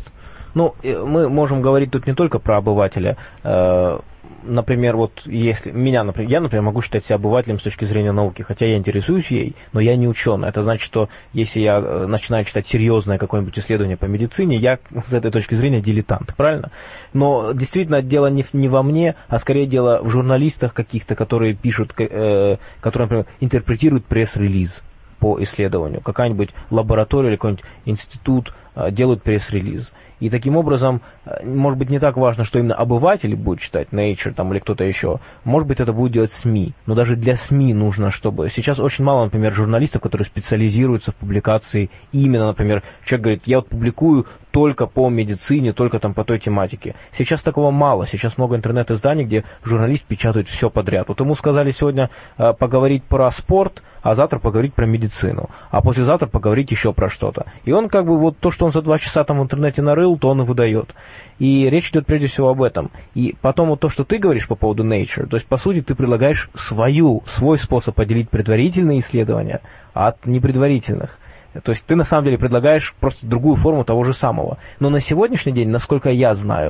Мы можем говорить тут не только про обывателя. Например, если я, например, могу считать себя обывателем с точки зрения науки, хотя я интересуюсь ей, но я не ученый. Это значит, что если я начинаю читать серьезное какое-нибудь исследование по медицине, я с этой точки зрения дилетант, правильно? Но действительно дело не во мне, а скорее дело в журналистах каких-то, которые пишут, которые, например, интерпретируют пресс-релиз по исследованию. Какая-нибудь лаборатория или какой-нибудь институт делают пресс-релиз. И таким образом, может быть, не так важно, что именно обыватели будут читать Nature или кто-то еще. Может быть, это будет делать СМИ. Но даже для СМИ нужно, чтобы... Сейчас очень мало, например, журналистов, которые специализируются в публикации именно, например, человек говорит, я публикую только по медицине, только по той тематике. Сейчас такого мало. Сейчас много интернет-изданий, где журналист печатает все подряд. Ему сказали сегодня поговорить про спорт, а завтра поговорить про медицину, а послезавтра поговорить еще про что-то. И он то, что он за 2 часа там в интернете нарыл, то он и выдает. И речь идет прежде всего об этом. И потом то, что ты говоришь по поводу Nature, то есть, по сути, ты предлагаешь свой способ поделить предварительные исследования от непредварительных. То есть ты на самом деле предлагаешь просто другую форму того же самого. Но на сегодняшний день, насколько я знаю,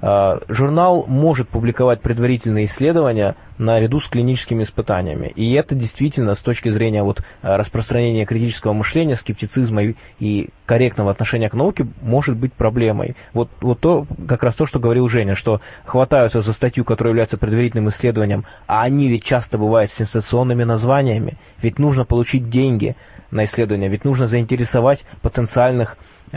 журнал может публиковать предварительные исследования наряду с клиническими испытаниями. И это действительно с точки зрения распространения критического мышления, скептицизма и корректного отношения к науке может быть проблемой. Как раз то, что говорил Женя, что хватаются за статью, которая является предварительным исследованием, а они ведь часто бывают с сенсационными названиями. Ведь нужно получить деньги на исследования, ведь нужно заинтересовать потенциальных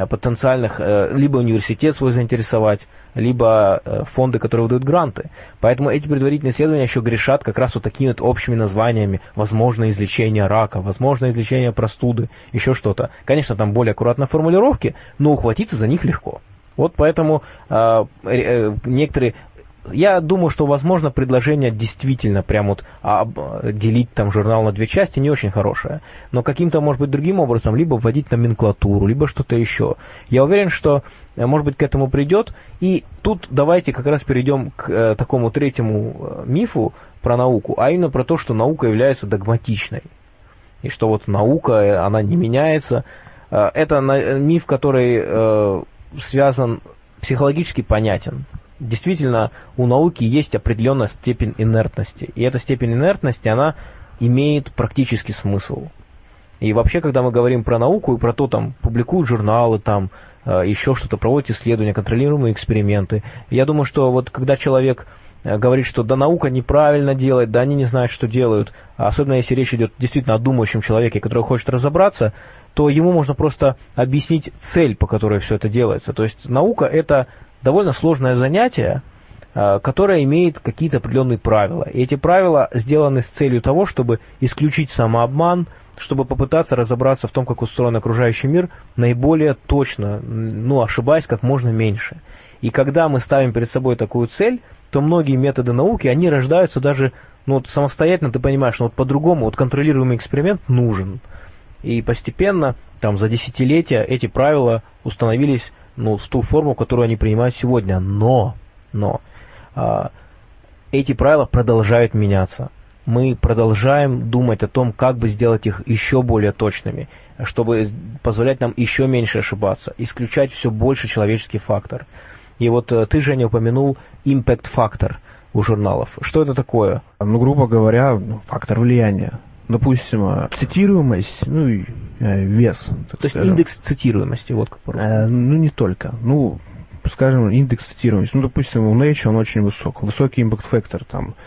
либо университет свой заинтересовать, либо фонды, которые выдают гранты. Поэтому эти предварительные исследования еще грешат как раз такими общими названиями: возможное излечение рака, возможное излечение простуды, еще что-то. Конечно, там более аккуратные формулировки, но ухватиться за них легко. Поэтому некоторые... Я думаю, что, возможно, предложение действительно делить журнал на 2 части не очень хорошее. Но каким-то, может быть, другим образом, либо вводить номенклатуру, либо что-то еще. Я уверен, что, может быть, к этому придет. И тут давайте как раз перейдем к такому третьему мифу про науку, а именно про то, что наука является догматичной. И что наука, она не меняется. Это миф, который психологически понятен. Действительно, у науки есть определенная степень инертности. И эта степень инертности, она имеет практический смысл. И вообще, когда мы говорим про науку и про то, там, публикуют журналы, там, еще что-то, проводят исследования, контролируемые эксперименты, я думаю, что вот когда человек говорит, что да, наука неправильно делает, да, они не знают, что делают, особенно если речь идет действительно о думающем человеке, который хочет разобраться, то ему можно просто объяснить цель, по которой все это делается. То есть наука – это довольно сложное занятие, которое имеет какие-то определенные правила. И эти правила сделаны с целью того, чтобы исключить самообман, чтобы попытаться разобраться в том, как устроен окружающий мир, наиболее точно, ошибаясь как можно меньше. И когда мы ставим перед собой такую цель, то многие методы науки, они рождаются даже самостоятельно, ты понимаешь, по-другому, контролируемый эксперимент нужен. И постепенно, за десятилетия эти правила установились, в ту форму, которую они принимают сегодня. Но эти правила продолжают меняться. Мы продолжаем думать о том, как бы сделать их еще более точными, чтобы позволять нам еще меньше ошибаться, исключать все больше человеческий фактор. И вот ты, Женя, упомянул impact-фактор у журналов. Что это такое?
Грубо говоря, фактор влияния. Допустим, цитируемость, и вес.
То есть индекс цитируемости, вот как по-русски.
Не только. Скажем, индекс цитируемости. Допустим, у Nature он очень высок. Высокий impact-фактор.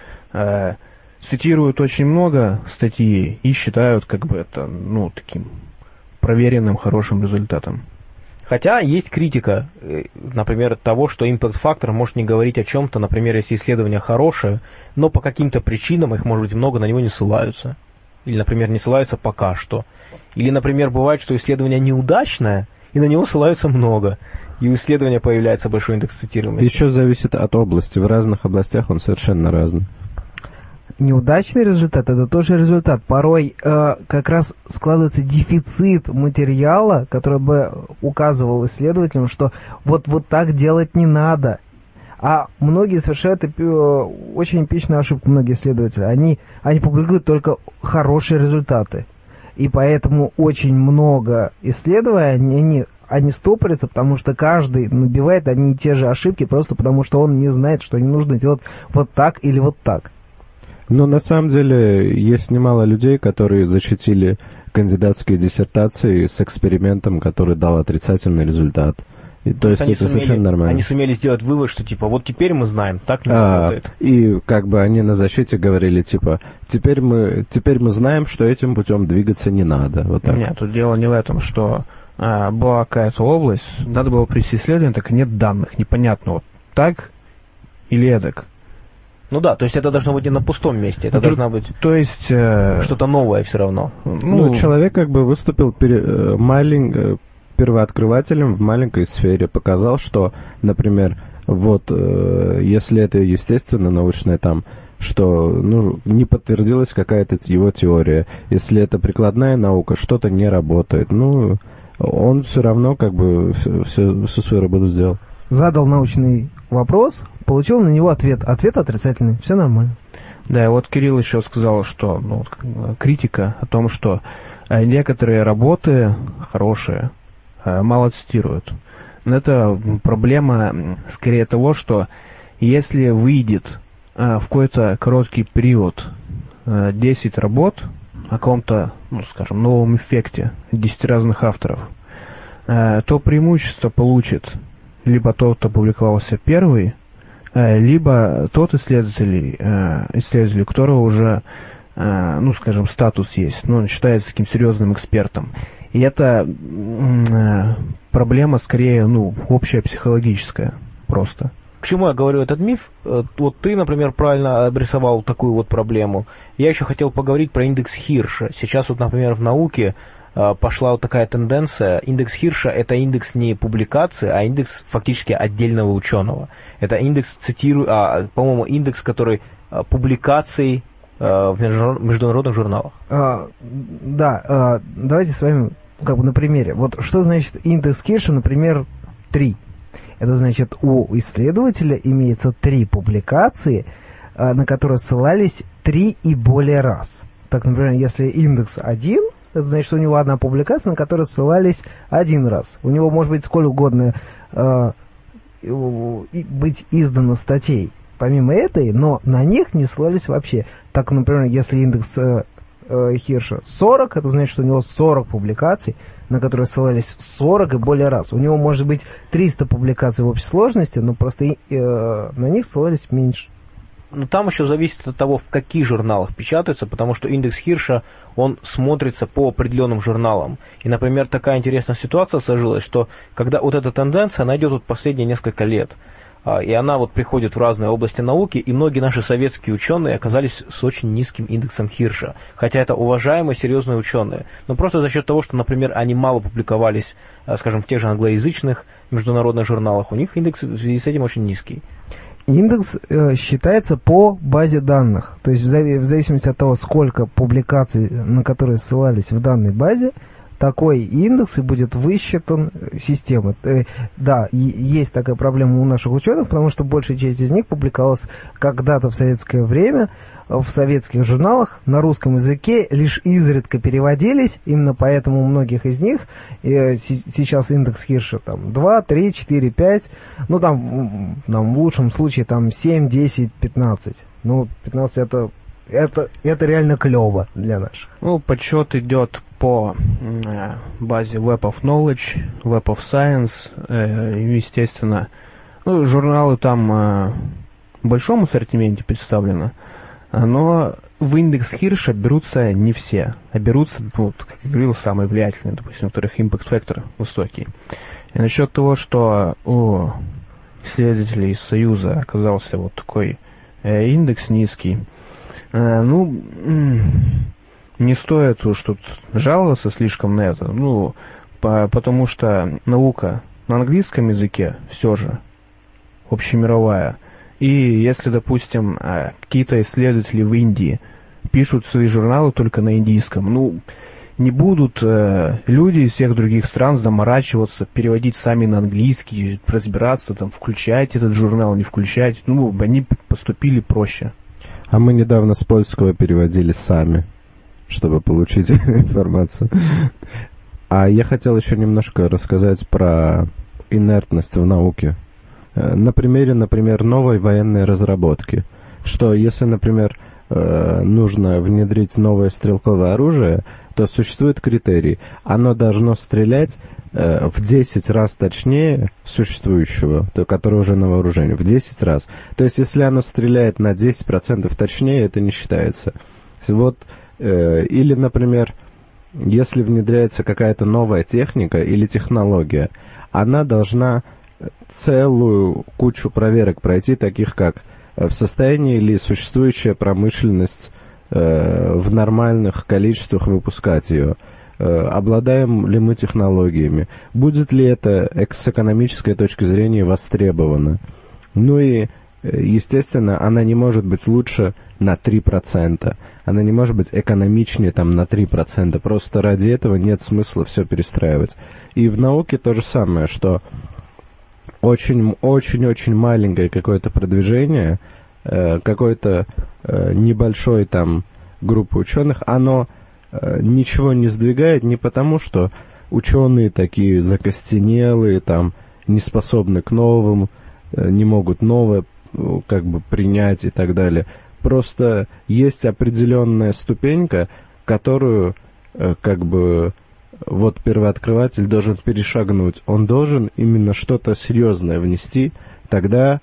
Цитируют очень много статей и считают это, таким проверенным, хорошим результатом.
Хотя есть критика, например, того, что импакт-фактор может не говорить о чем-то, например, если исследование хорошее, но по каким-то причинам, их может быть много, на него не ссылаются. Или, например, не ссылаются пока что. Или, например, бывает, что исследование неудачное, и на него ссылаются много. И у исследования появляется большой индекс цитируемости.
Еще зависит от области. В разных областях он совершенно разный.
Неудачный результат – это тоже результат. Порой как раз складывается дефицит материала, который бы указывал исследователям, что вот так делать не надо. А многие совершают очень эпичную ошибку, многие исследователи. Они публикуют только хорошие результаты. И поэтому очень много исследований, они стопорятся, потому что каждый набивает одни и те же ошибки, просто потому что он не знает, что не нужно делать вот так или вот так.
На самом деле, есть немало людей, которые защитили кандидатские диссертации с экспериментом, который дал отрицательный результат. И то есть это совершенно нормально.
Они сумели сделать вывод, что вот теперь мы знаем, так не работает.
И они на защите говорили, теперь мы знаем, что этим путем двигаться не надо. Вот так.
Нет, тут дело не в этом, что была какая-то область, надо было провести исследование, так нет данных, непонятно, так или эдак.
То есть это должно быть не на пустом месте, это должно быть что-то новое все равно.
Человек выступил первооткрывателем в маленькой сфере, показал, что, например, если это естественно научное, что не подтвердилась какая-то его теория, если это прикладная наука, что-то не работает, он все равно всю свою работу сделал.
Задал научный вопрос, получил на него ответ. Ответ отрицательный, все нормально.
Да, и Кирилл еще сказал, что критика о том, что некоторые работы хорошие, мало цитируют. Но это проблема скорее того, что если выйдет в какой-то короткий период 10 работ о каком-то, новом эффекте 10 разных авторов, то преимущество получит либо тот, кто публиковался первый, либо тот исследователь, у которого уже, статус есть, он считается таким серьезным экспертом. И это проблема скорее, общая психологическая просто.
К чему я говорю этот миф? Ты, например, правильно обрисовал такую проблему. Я еще хотел поговорить про индекс Хирша. Сейчас в науке пошла такая тенденция. Индекс Хирша – это индекс не публикации, а индекс фактически отдельного ученого. Это индекс, по-моему, индекс, который публикаций в международных журналах.
Давайте с вами на примере. Что значит индекс Хирша, например, 3? Это значит, у исследователя имеется 3 публикации, на которые ссылались 3 и более раз. Так, например, если индекс 1, это значит, у него одна публикация, на которую ссылались 1 раз. У него может быть сколь угодно быть издано статей помимо этой, но на них не ссылались вообще. Так, например, если индекс Хирша 40, это значит, что у него 40 публикаций, на которые ссылались 40 и более раз. У него может быть 300 публикаций в общей сложности, но просто на них ссылались меньше.
Но там еще зависит от того, в каких журналах печатаются, потому что индекс Хирша, он смотрится по определенным журналам. И, например, такая интересная ситуация сложилась, что когда вот эта тенденция, она идет вот последние несколько лет, и она вот приходит в разные области науки, и многие наши советские ученые оказались с очень низким индексом Хирша, хотя это уважаемые, серьезные ученые. Но просто за счет того, что, например, они мало публиковались, скажем, в тех же англоязычных международных журналах, у них индекс в связи с этим очень низкий.
Индекс считается по базе данных. То есть в зависимости от того, сколько публикаций, на которые ссылались в данной базе, такой индекс и будет высчитан системой. Да, есть такая проблема у наших ученых, потому что большая часть из них публиковалась когда-то в советское время в советских журналах на русском языке, лишь изредка переводились, именно поэтому у многих из них сейчас индекс Хирша там 2, 3, 4, 5, ну там в лучшем случае там 7, 10, 15. Ну, 15 это реально клево для наших.
Ну, подсчет идет по базе Web of Knowledge, Web of Science, естественно. Ну, журналы там в большом ассортименте представлены, но в индекс Хирша берутся не все, а берутся, вот, как я говорил, самые влиятельные, допустим, у которых impact factor высокий. И насчет того, что у исследователей из Союза оказался вот такой индекс низкий, ну, не стоит уж тут жаловаться слишком на это, ну, потому что наука на английском языке все же общемировая. И если, допустим, какие-то исследователи в Индии пишут свои журналы только на индийском, ну, не будут люди из всех других стран заморачиваться, переводить сами на английский, разбираться, там, включать этот журнал, не включать. Ну, они поступили проще.
А мы недавно с польского переводили сами, чтобы получить информацию. А я хотел еще немножко рассказать про инертность в науке. На примере, например, новой военной разработки. Что если, например, нужно внедрить новое стрелковое оружие, то существует критерий. Оно должно стрелять в 10 раз точнее существующего, который уже на вооружении, в 10 раз. То есть, если оно стреляет на 10% точнее, это не считается. Вот, или, например, если внедряется какая-то новая техника или технология, она должна целую кучу проверок пройти, таких как в состоянии ли существующая промышленность в нормальных количествах выпускать ее, обладаем ли мы технологиями, будет ли это с экономической точки зрения востребовано. Ну и, естественно, она не может быть лучше на 3%. Она не может быть экономичнее там на 3%. Просто ради этого нет смысла все перестраивать. И в науке то же самое, что очень-очень-очень маленькое какое-то продвижение, какой-то небольшой там группы ученых, оно ничего не сдвигает не потому, что ученые такие закостенелые, там, не способны к новым, не могут новое как бы принять и так далее. Просто есть определенная ступенька, которую как бы вот первооткрыватель должен перешагнуть. Он должен именно что-то серьезное внести, тогда,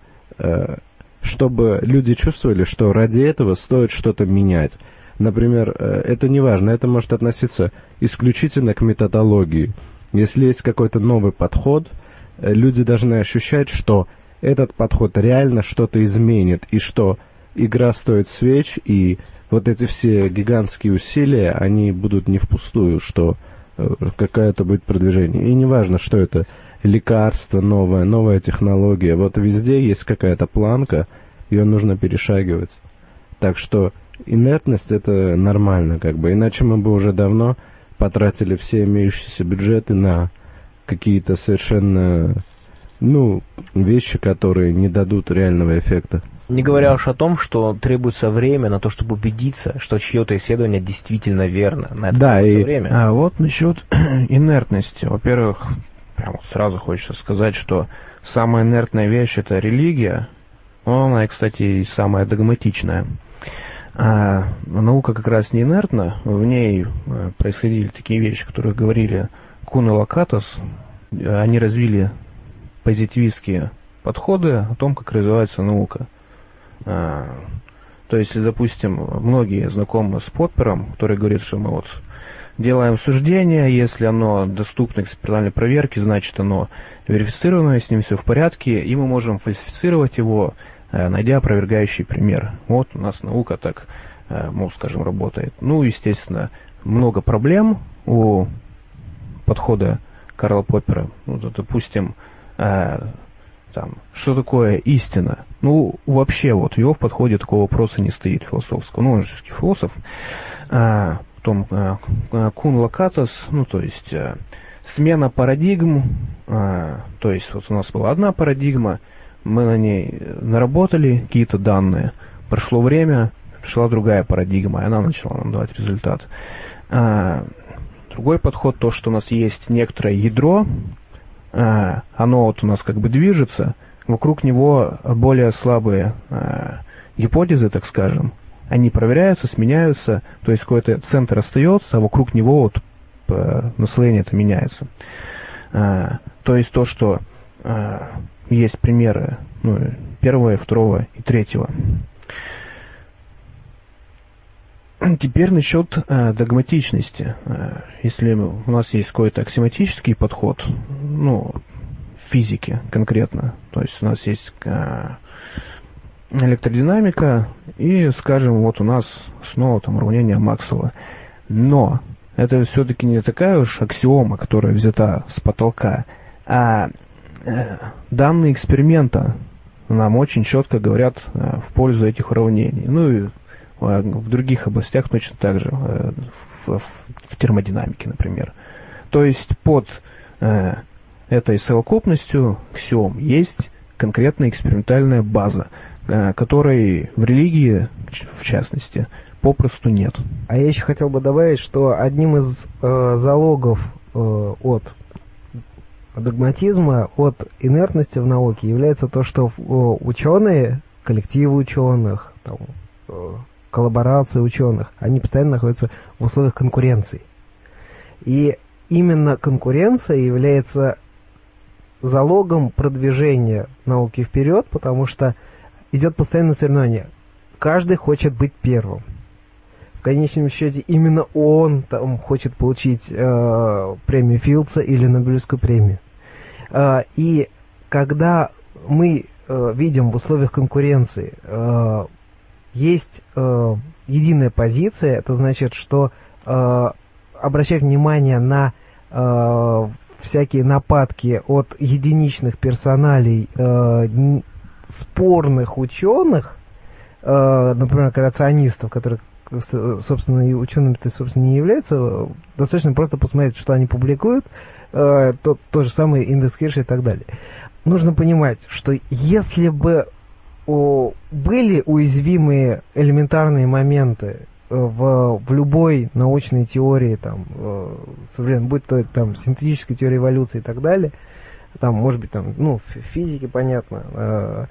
чтобы люди чувствовали, что ради этого стоит что-то менять. Например, это не важно, это может относиться исключительно к методологии. Если есть какой-то новый подход, люди должны ощущать, что этот подход реально что-то изменит, и что игра стоит свеч, и вот эти все гигантские усилия, они будут не впустую, что какое-то будет продвижение. И не важно, что это лекарство новое, новая технология. Вот везде есть какая-то планка, ее нужно перешагивать. Так что инертность — это нормально, как бы. Иначе мы бы уже давно потратили все имеющиеся бюджеты на какие-то совершенно, вещи, которые не дадут реального эффекта.
Не говоря уж о том, что требуется время на то, чтобы убедиться, что чье-то исследование действительно верно. На это требуется время.
А вот насчет инертности. Во-первых, прямо сразу хочется сказать, что самая инертная вещь — это религия. Она, кстати, и самая догматичная. Наука как раз не инертна, в ней происходили такие вещи, которые говорили Кун и Лакатос. Они развили позитивистские подходы о том, как развивается наука. То есть, допустим, многие знакомы с Поппером, который говорит, что мы вот делаем суждение, если оно доступно к экспериментальной проверке, значит оно верифицировано, с ним все в порядке, и мы можем фальсифицировать его, найдя опровергающий пример. Вот у нас наука так, скажем, работает. Ну, естественно, много проблем у подхода Карла Поппера. Ну, допустим, что такое истина? Ну, вообще, вот в его подходе такого вопроса не стоит философского. Ну, он же философ. Потом Кун Лакатос, то есть смена парадигм. То есть вот у нас была одна парадигма, мы на ней наработали какие-то данные, прошло время, пришла другая парадигма, и она начала нам давать результат. Другой подход, то, что у нас есть некоторое ядро, оно вот у нас как бы движется, вокруг него более слабые гипотезы, так скажем, они проверяются, сменяются, то есть какой-то центр остается, а вокруг него вот наслоение это меняется. То есть то, что есть примеры первого, второго и третьего. Теперь насчет догматичности. Если у нас есть какой-то аксиоматический подход, в физике конкретно, то есть у нас есть электродинамика и, скажем, вот у нас снова уравнение Максвелла. Но это все-таки не такая уж аксиома, которая взята с потолка, а данные эксперимента нам очень четко говорят в пользу этих уравнений. Ну и в других областях точно так же, в термодинамике, например. То есть под этой совокупностью аксиом есть конкретная экспериментальная база, которой в религии, в частности, попросту нет.
А я еще хотел бы добавить, что одним из залогов от догматизма, от инертности в науке является то, что ученые, коллективы ученых, коллаборации ученых, они постоянно находятся в условиях конкуренции. И именно конкуренция является залогом продвижения науки вперед, потому что идет постоянное соревнование. Каждый хочет быть первым. В конечном счете именно он хочет получить премию Филдса или Нобелевскую премию. И когда мы видим в условиях конкуренции есть единая позиция, это значит, что обращать внимание на всякие нападки от единичных персоналей спорных ученых, например, креационистов, которые, собственно, и учеными-то, собственно, не являются, достаточно просто посмотреть, что они публикуют, то же самое индекс Хирша и так далее. Нужно понимать, что если бы были уязвимые элементарные моменты в любой научной теории, современной, будь то синтетическая теория эволюции и так далее, может быть, в физике, понятно,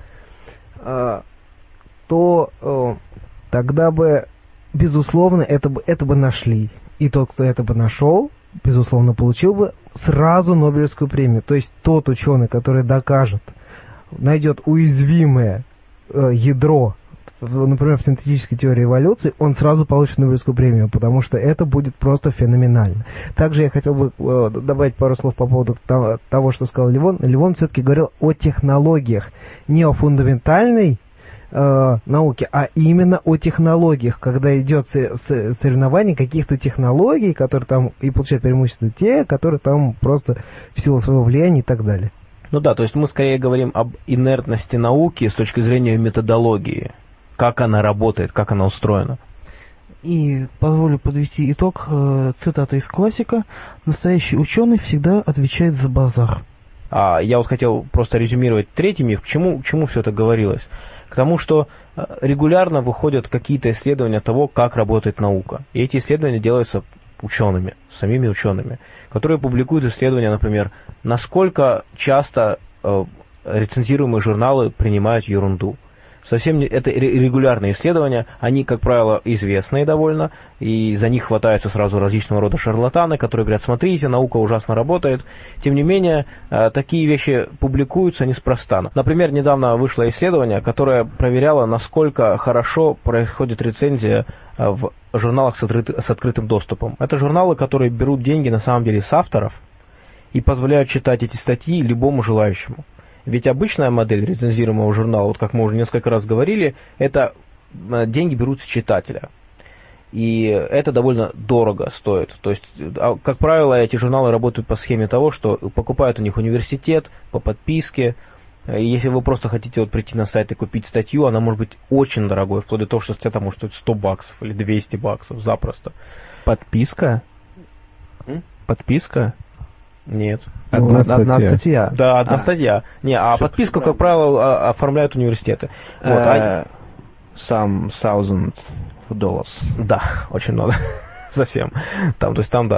то тогда бы, безусловно, это бы нашли. И тот, кто это бы нашел, безусловно, получил бы сразу Нобелевскую премию. То есть тот ученый, который докажет, найдет уязвимое ядро, например, в синтетической теории эволюции, он сразу получит Нобелевскую премию, потому что это будет просто феноменально. Также я хотел бы добавить пару слов по поводу того, что сказал Левон. Левон все-таки говорил о технологиях, не о фундаментальной науке, а именно о технологиях, когда идет соревнование каких-то технологий, которые и получают преимущество те, которые просто в силу своего влияния и так далее.
То есть мы скорее говорим об инертности науки с точки зрения методологии, как она работает, как она устроена.
И позволю подвести итог, цитата из классика: «Настоящий ученый всегда отвечает за базар».
Я вот хотел просто резюмировать третий миф. К чему все это говорилось? К тому, что регулярно выходят какие-то исследования того, как работает наука. И эти исследования делаются учеными, самими учеными, которые публикуют исследования, например, насколько часто рецензируемые журналы принимают ерунду, совсем не, это регулярные исследования, они, как правило, известные довольно, и за них хватаются сразу различного рода шарлатаны, которые говорят, смотрите, наука ужасно работает. Тем не менее, такие вещи публикуются неспроста. Например, недавно вышло исследование, которое проверяло, насколько хорошо происходит рецензия в журналах с открытым доступом. Это журналы, которые берут деньги на самом деле с авторов и позволяют читать эти статьи любому желающему. Ведь обычная модель рецензируемого журнала, вот как мы уже несколько раз говорили, это деньги берут с читателя. И это довольно дорого стоит. То есть, как правило, эти журналы работают по схеме того, что покупает у них университет по подписке. И если вы просто хотите прийти на сайт и купить статью, она может быть очень дорогой, вплоть до того, что статья может стоить $100 или $200 запросто.
Подписка? Подписка?
Нет.
Одна статья.
Да, одна статья. Не, а подписку, как правило, оформляют университеты.
Some $1,000.
Да, очень много. Совсем. То есть там.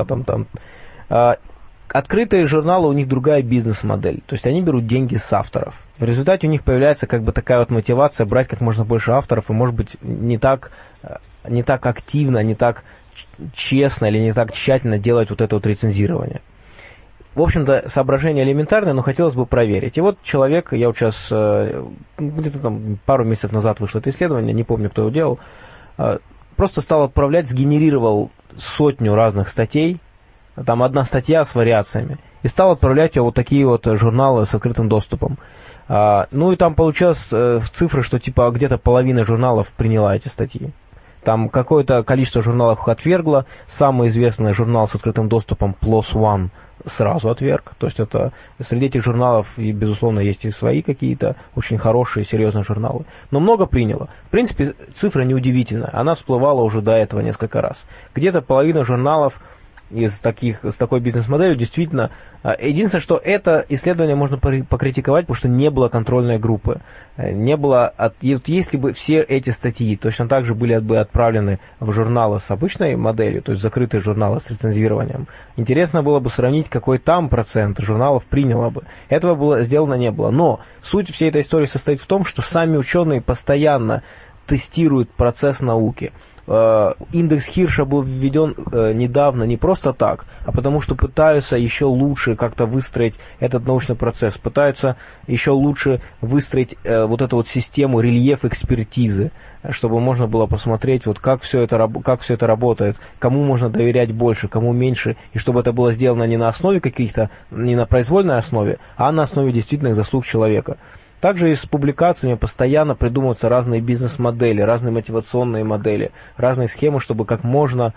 Открытые журналы, у них другая бизнес-модель. То есть они берут деньги с авторов. В результате у них появляется как бы такая вот мотивация брать как можно больше авторов и, может быть, не так активно, не так честно или не так тщательно делать вот это вот рецензирование. В общем-то, соображение элементарное, но хотелось бы проверить. И вот человек, я вот сейчас, где-то там пару месяцев назад вышло это исследование, не помню, кто его делал, просто стал отправлять, сгенерировал 100 разных статей, там одна статья с вариациями, и стал отправлять ее вот такие вот журналы с открытым доступом. Ну и там получилось цифры, что типа где-то половина журналов приняла эти статьи. Там какое-то количество журналов их отвергло. Самый известный журнал с открытым доступом PLOS ONE сразу отверг. То есть это среди этих журналов, и, безусловно, есть и свои какие-то очень хорошие, серьезные журналы. Но много приняло. В принципе, цифра неудивительная. Она всплывала уже до этого несколько раз. Где-то половина журналов с такой бизнес-моделью действительно... Единственное, что это исследование можно покритиковать, потому что не было контрольной группы. Не было... Если бы все эти статьи точно так же были бы отправлены в журналы с обычной моделью, то есть закрытые журналы с рецензированием, интересно было бы сравнить, какой там процент журналов приняло бы. Этого было сделано не было. Но суть всей этой истории состоит в том, что сами ученые постоянно тестируют процесс науки. Индекс Хирша был введен недавно не просто так, а потому что пытаются еще лучше как-то выстроить этот научный процесс, пытаются еще лучше выстроить вот эту вот систему рельеф-экспертизы, чтобы можно было посмотреть, вот как все это работает, кому можно доверять больше, кому меньше, и чтобы это было сделано не на основе каких-то, не на произвольной основе, а на основе действительных заслуг человека. Также и с публикациями постоянно придумываются разные бизнес-модели, разные мотивационные модели, разные схемы, чтобы как можно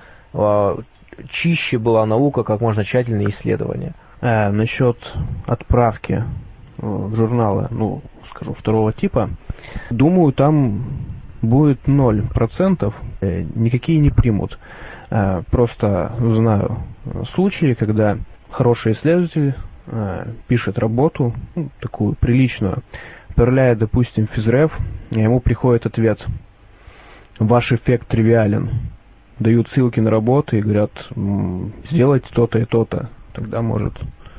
чище была наука, как можно тщательнее исследования.
Насчет отправки в журналы, скажу, второго типа, думаю, там будет 0%, никакие не примут. Просто знаю случаи, когда хороший исследователь пишет работу, такую приличную, отправляет, допустим, в физреф, и ему приходит ответ: ваш эффект тривиален. Дают ссылки на работы и говорят: сделайте то-то и то-то, тогда может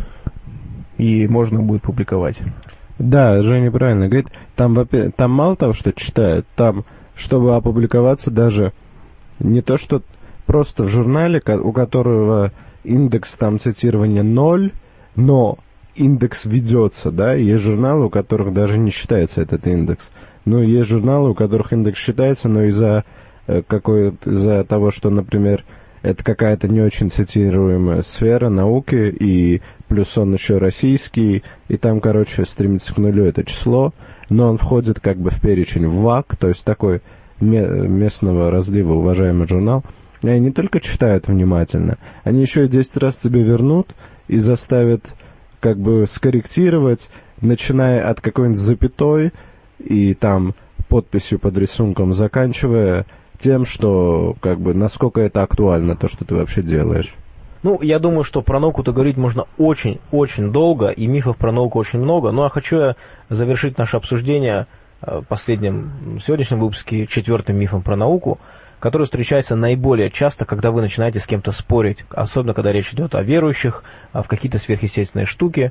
и можно будет публиковать.
Да, Женя правильно говорит. Там мало того, что читают, там, чтобы опубликоваться, даже не то, что просто в журнале, у которого индекс там цитирования 0, но индекс ведется, да, есть журналы, у которых даже не считается этот индекс. Но есть журналы, у которых индекс считается, но из-за того, что, например, это какая-то не очень цитируемая сфера науки, и плюс он еще российский, и там, стремится к нулю это число, но он входит как бы в перечень ВАК, то есть такой местного разлива уважаемый журнал. И они не только читают внимательно, они еще и 10 раз себе вернут и заставят как бы скорректировать, начиная от какой-нибудь запятой и там подписью под рисунком, заканчивая тем, что как бы насколько это актуально, то, что ты вообще делаешь.
Я думаю, что про науку-то говорить можно очень-очень долго, и мифов про науку очень много, но я хочу завершить наше обсуждение последним сегодняшнем выпуске 4-м мифом про науку, который встречается наиболее часто, когда вы начинаете с кем-то спорить, особенно когда речь идет о верующих, в какие-то сверхъестественные штуки.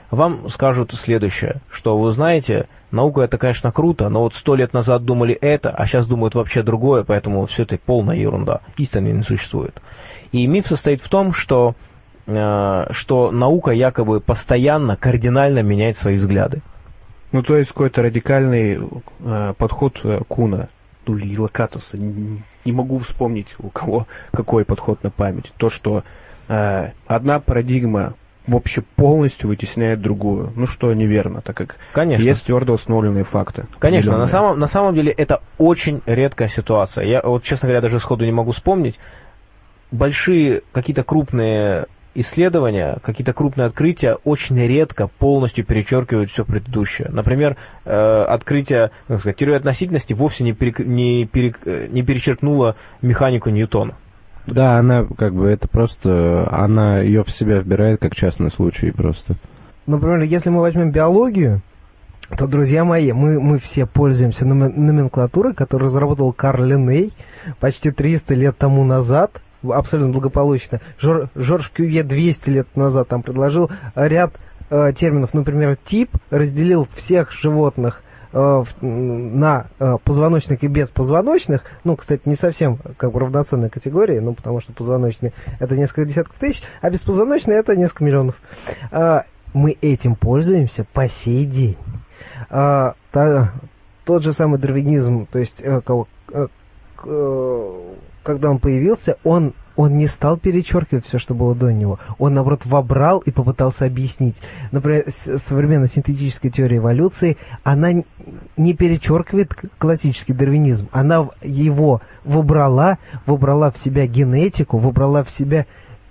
вам скажут следующее, что вы знаете, наука это, конечно, круто, но вот 100 лет назад думали это, а сейчас думают вообще другое, поэтому все это полная ерунда, истины не существует. И миф состоит в том, что наука якобы постоянно, кардинально меняет свои взгляды.
Ну, то есть какой-то радикальный подход Куна, ну, или Локатоса, не могу вспомнить, у кого какой подход на память. То, что одна парадигма вообще полностью вытесняет другую. Ну, что неверно, так как
Конечно.
есть твердо установленные факты.
Конечно, на самом деле это очень редкая ситуация. Я вот, честно говоря, даже сходу не могу вспомнить. Большие какие-то крупные исследования, какие-то крупные открытия очень редко полностью перечеркивают все предыдущее. Например, открытие, как сказать, теории относительности вовсе не перечеркнуло механику Ньютона.
Да, она как бы это просто, она ее в себя вбирает как частный случай просто.
Например, если мы возьмем биологию, то, друзья мои, мы все пользуемся номенклатурой, которую разработал Карл Линней почти 300 лет тому назад, абсолютно благополучно. Жорж Кювье 200 лет назад там предложил ряд терминов, например, тип, разделил всех животных на позвоночных и беспозвоночных. Ну, кстати, не совсем как бы равноценная категория, ну, потому что позвоночные это несколько десятков тысяч, а беспозвоночные это несколько миллионов. Мы этим пользуемся по сей день. Тот же самый дарвинизм, то есть когда он появился, он не стал перечеркивать все, что было до него. Он, наоборот, вобрал и попытался объяснить. Например, современная синтетическая теория эволюции, она не перечеркивает классический дарвинизм. Она его вобрала в себя генетику, вобрала в себя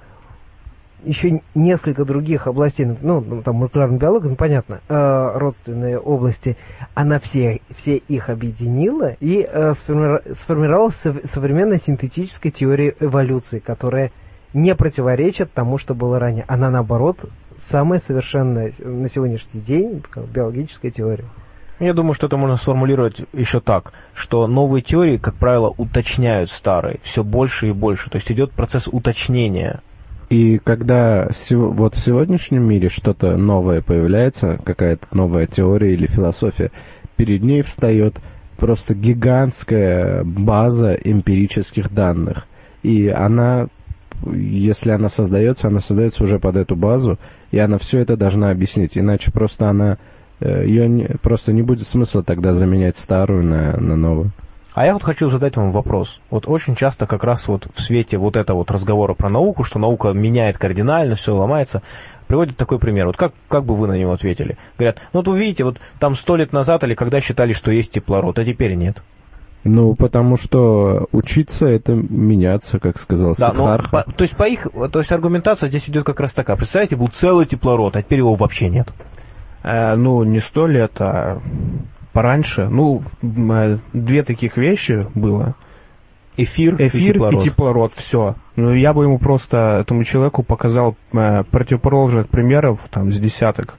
еще несколько других областей, ну, там, молекулярная биология, ну, понятно, родственные области, она все их объединила и сформировалась современная синтетическая теория эволюции, которая не противоречит тому, что было ранее. Она, наоборот, самая совершенная на сегодняшний день биологическая теория.
Я думаю, что это можно сформулировать еще так, что новые теории, как правило, уточняют старые все больше и больше, то есть идет процесс уточнения.
И когда вот в сегодняшнем мире что-то новое появляется, какая-то новая теория или философия, перед ней встает просто гигантская база эмпирических данных. И она, если она создается уже под эту базу, и она все это должна объяснить. Иначе просто ее просто не будет смысла тогда заменять старую на новую.
А я вот хочу задать вам вопрос. Вот очень часто как раз вот в свете вот этого вот разговора про науку, что наука меняет кардинально, все ломается, приводят такой пример. Вот как бы вы на него ответили? Говорят, ну вот вы видите, вот там 100 лет назад или когда считали, что есть теплород, а теперь нет.
Ну, потому что учиться — это меняться, как сказал Сиддхартха.
То есть аргументация здесь идет как раз такая. Представляете, был целый теплород, а теперь его вообще нет.
Ну, не 100 лет, а пораньше. Ну, две таких вещи было. Эфир и теплород. Все. Ну, я бы ему просто, этому человеку, показал противоположных примеров, там, с десяток.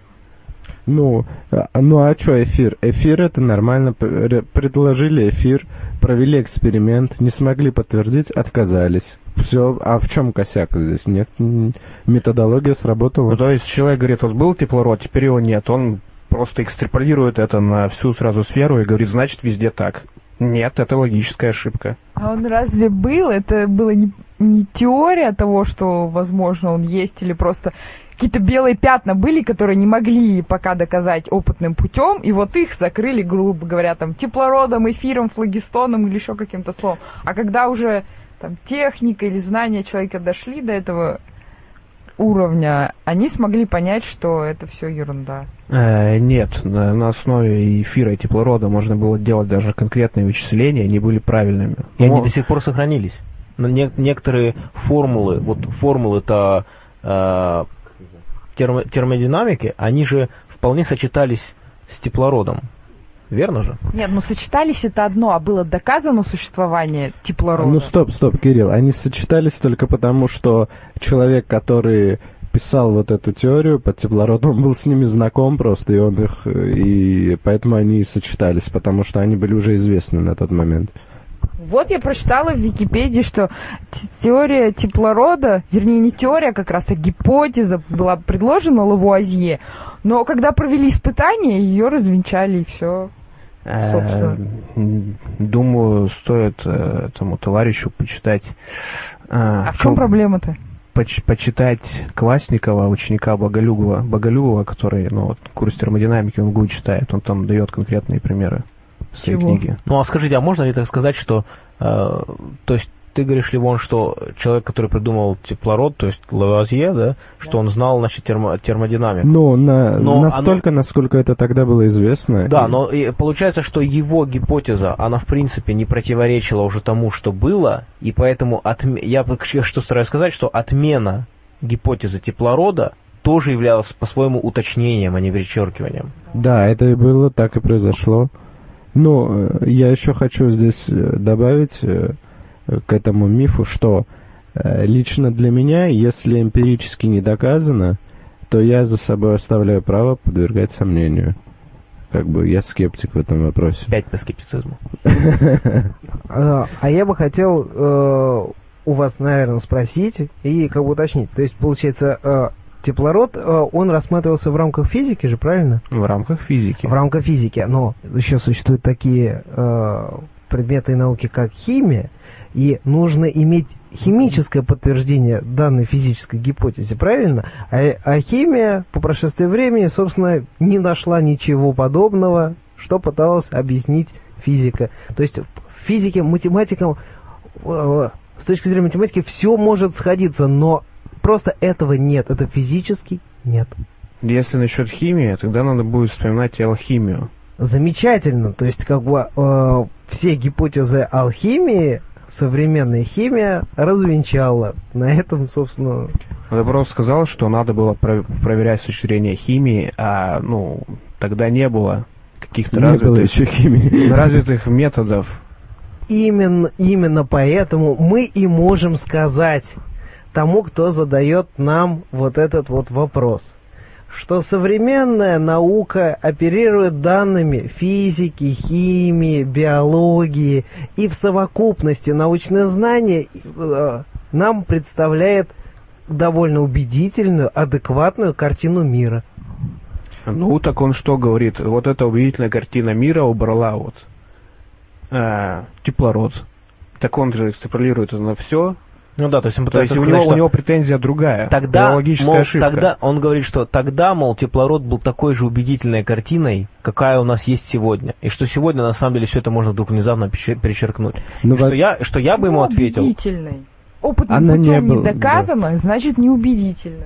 Ну а что эфир? Эфир — это нормально. Предложили эфир, провели эксперимент, не смогли подтвердить, отказались. Все. А в чем косяк здесь? Нет, методология сработала.
Ну, то есть человек говорит, вот был теплород, теперь его нет. Он просто экстраполирует это на всю сразу сферу и говорит, значит, везде так. Нет, это логическая ошибка.
А он разве был? Это была не теория того, что, возможно, он есть, или просто какие-то белые пятна были, которые не могли пока доказать опытным путем, и вот их закрыли, грубо говоря, там, теплородом, эфиром, флогистоном или еще каким-то словом. А когда уже там техника или знания человека дошли до этого уровня, они смогли понять, что это все ерунда.
Нет, на основе эфира и теплорода можно было делать даже конкретные вычисления, они были правильными.
И они до сих пор сохранились. Но некоторые формулы-то термодинамики, они же вполне сочетались с теплородом. Верно же?
Нет, ну сочетались это одно, а было доказано существование теплорода.
Ну стоп, Кирилл, они сочетались только потому, что человек, который писал вот эту теорию под теплородом, он был с ними знаком просто, и поэтому они и сочетались, потому что они были уже известны на тот момент.
Вот я прочитала в Википедии, что теория теплорода, вернее, не теория как раз, а гипотеза была предложена Лавуазье, но когда провели испытания, ее развенчали, и все.
Думаю, стоит этому товарищу почитать...
А в чем проблема-то?
Почитать Классникова, ученика Боголюбова, который, курс термодинамики он ГУ читает, он там дает конкретные примеры в своей книге.
Ну, а скажите, а можно ли так сказать, что, то есть, ты говоришь, Левон, что человек, который придумал теплород, то есть Лавуазье, да, что он знал, значит, термодинамику?
Ну, настолько, насколько это тогда было известно.
Да, но получается, что его гипотеза, она, в принципе, не противоречила уже тому, что было, и поэтому я что стараюсь сказать, что отмена гипотезы теплорода тоже являлась по-своему уточнением, а не перечеркиванием.
Да, это и было, так и произошло. Но я еще хочу здесь добавить к этому мифу, что лично для меня, если эмпирически не доказано, то я за собой оставляю право подвергать сомнению. Как бы я скептик в этом вопросе.
5 по скептицизму.
А я бы хотел у вас, наверное, спросить и как бы уточнить. То есть, получается, теплород, он рассматривался в рамках физики же, правильно?
В рамках физики.
В рамках физики. Но еще существуют такие предметы науки, как химия, и нужно иметь химическое подтверждение данной физической гипотезе, правильно? А химия по прошествии времени, собственно, не нашла ничего подобного, что пыталась объяснить физика. То есть в физике, математикам, с точки зрения математики, все может сходиться, но просто этого нет, это физически нет.
Если насчет химии, тогда надо будет вспоминать и алхимию.
Замечательно, то есть как бы все гипотезы алхимии современная химия развенчала. На этом, собственно...
Я просто сказал, что надо было проверять с точки зрения химии, а тогда не было каких-то развитых методов. Именно
поэтому мы и можем сказать тому, кто задает нам вот этот вот вопрос, что современная наука оперирует данными физики, химии, биологии, и в совокупности научные знания нам представляет довольно убедительную, адекватную картину мира.
Так он что говорит? Вот эта убедительная картина мира убрала теплород. Так он же экстраполирует это на все.
Ну да, то есть он
пытается сказать, у него претензия другая, биологическая ошибка.
Тогда он говорит, что тогда, теплород был такой же убедительной картиной, какая у нас есть сегодня. И что сегодня, на самом деле, все это можно вдруг внезапно перечеркнуть. Что я бы ему ответил...
Убедительной. Опытным путем не доказано, значит неубедительно.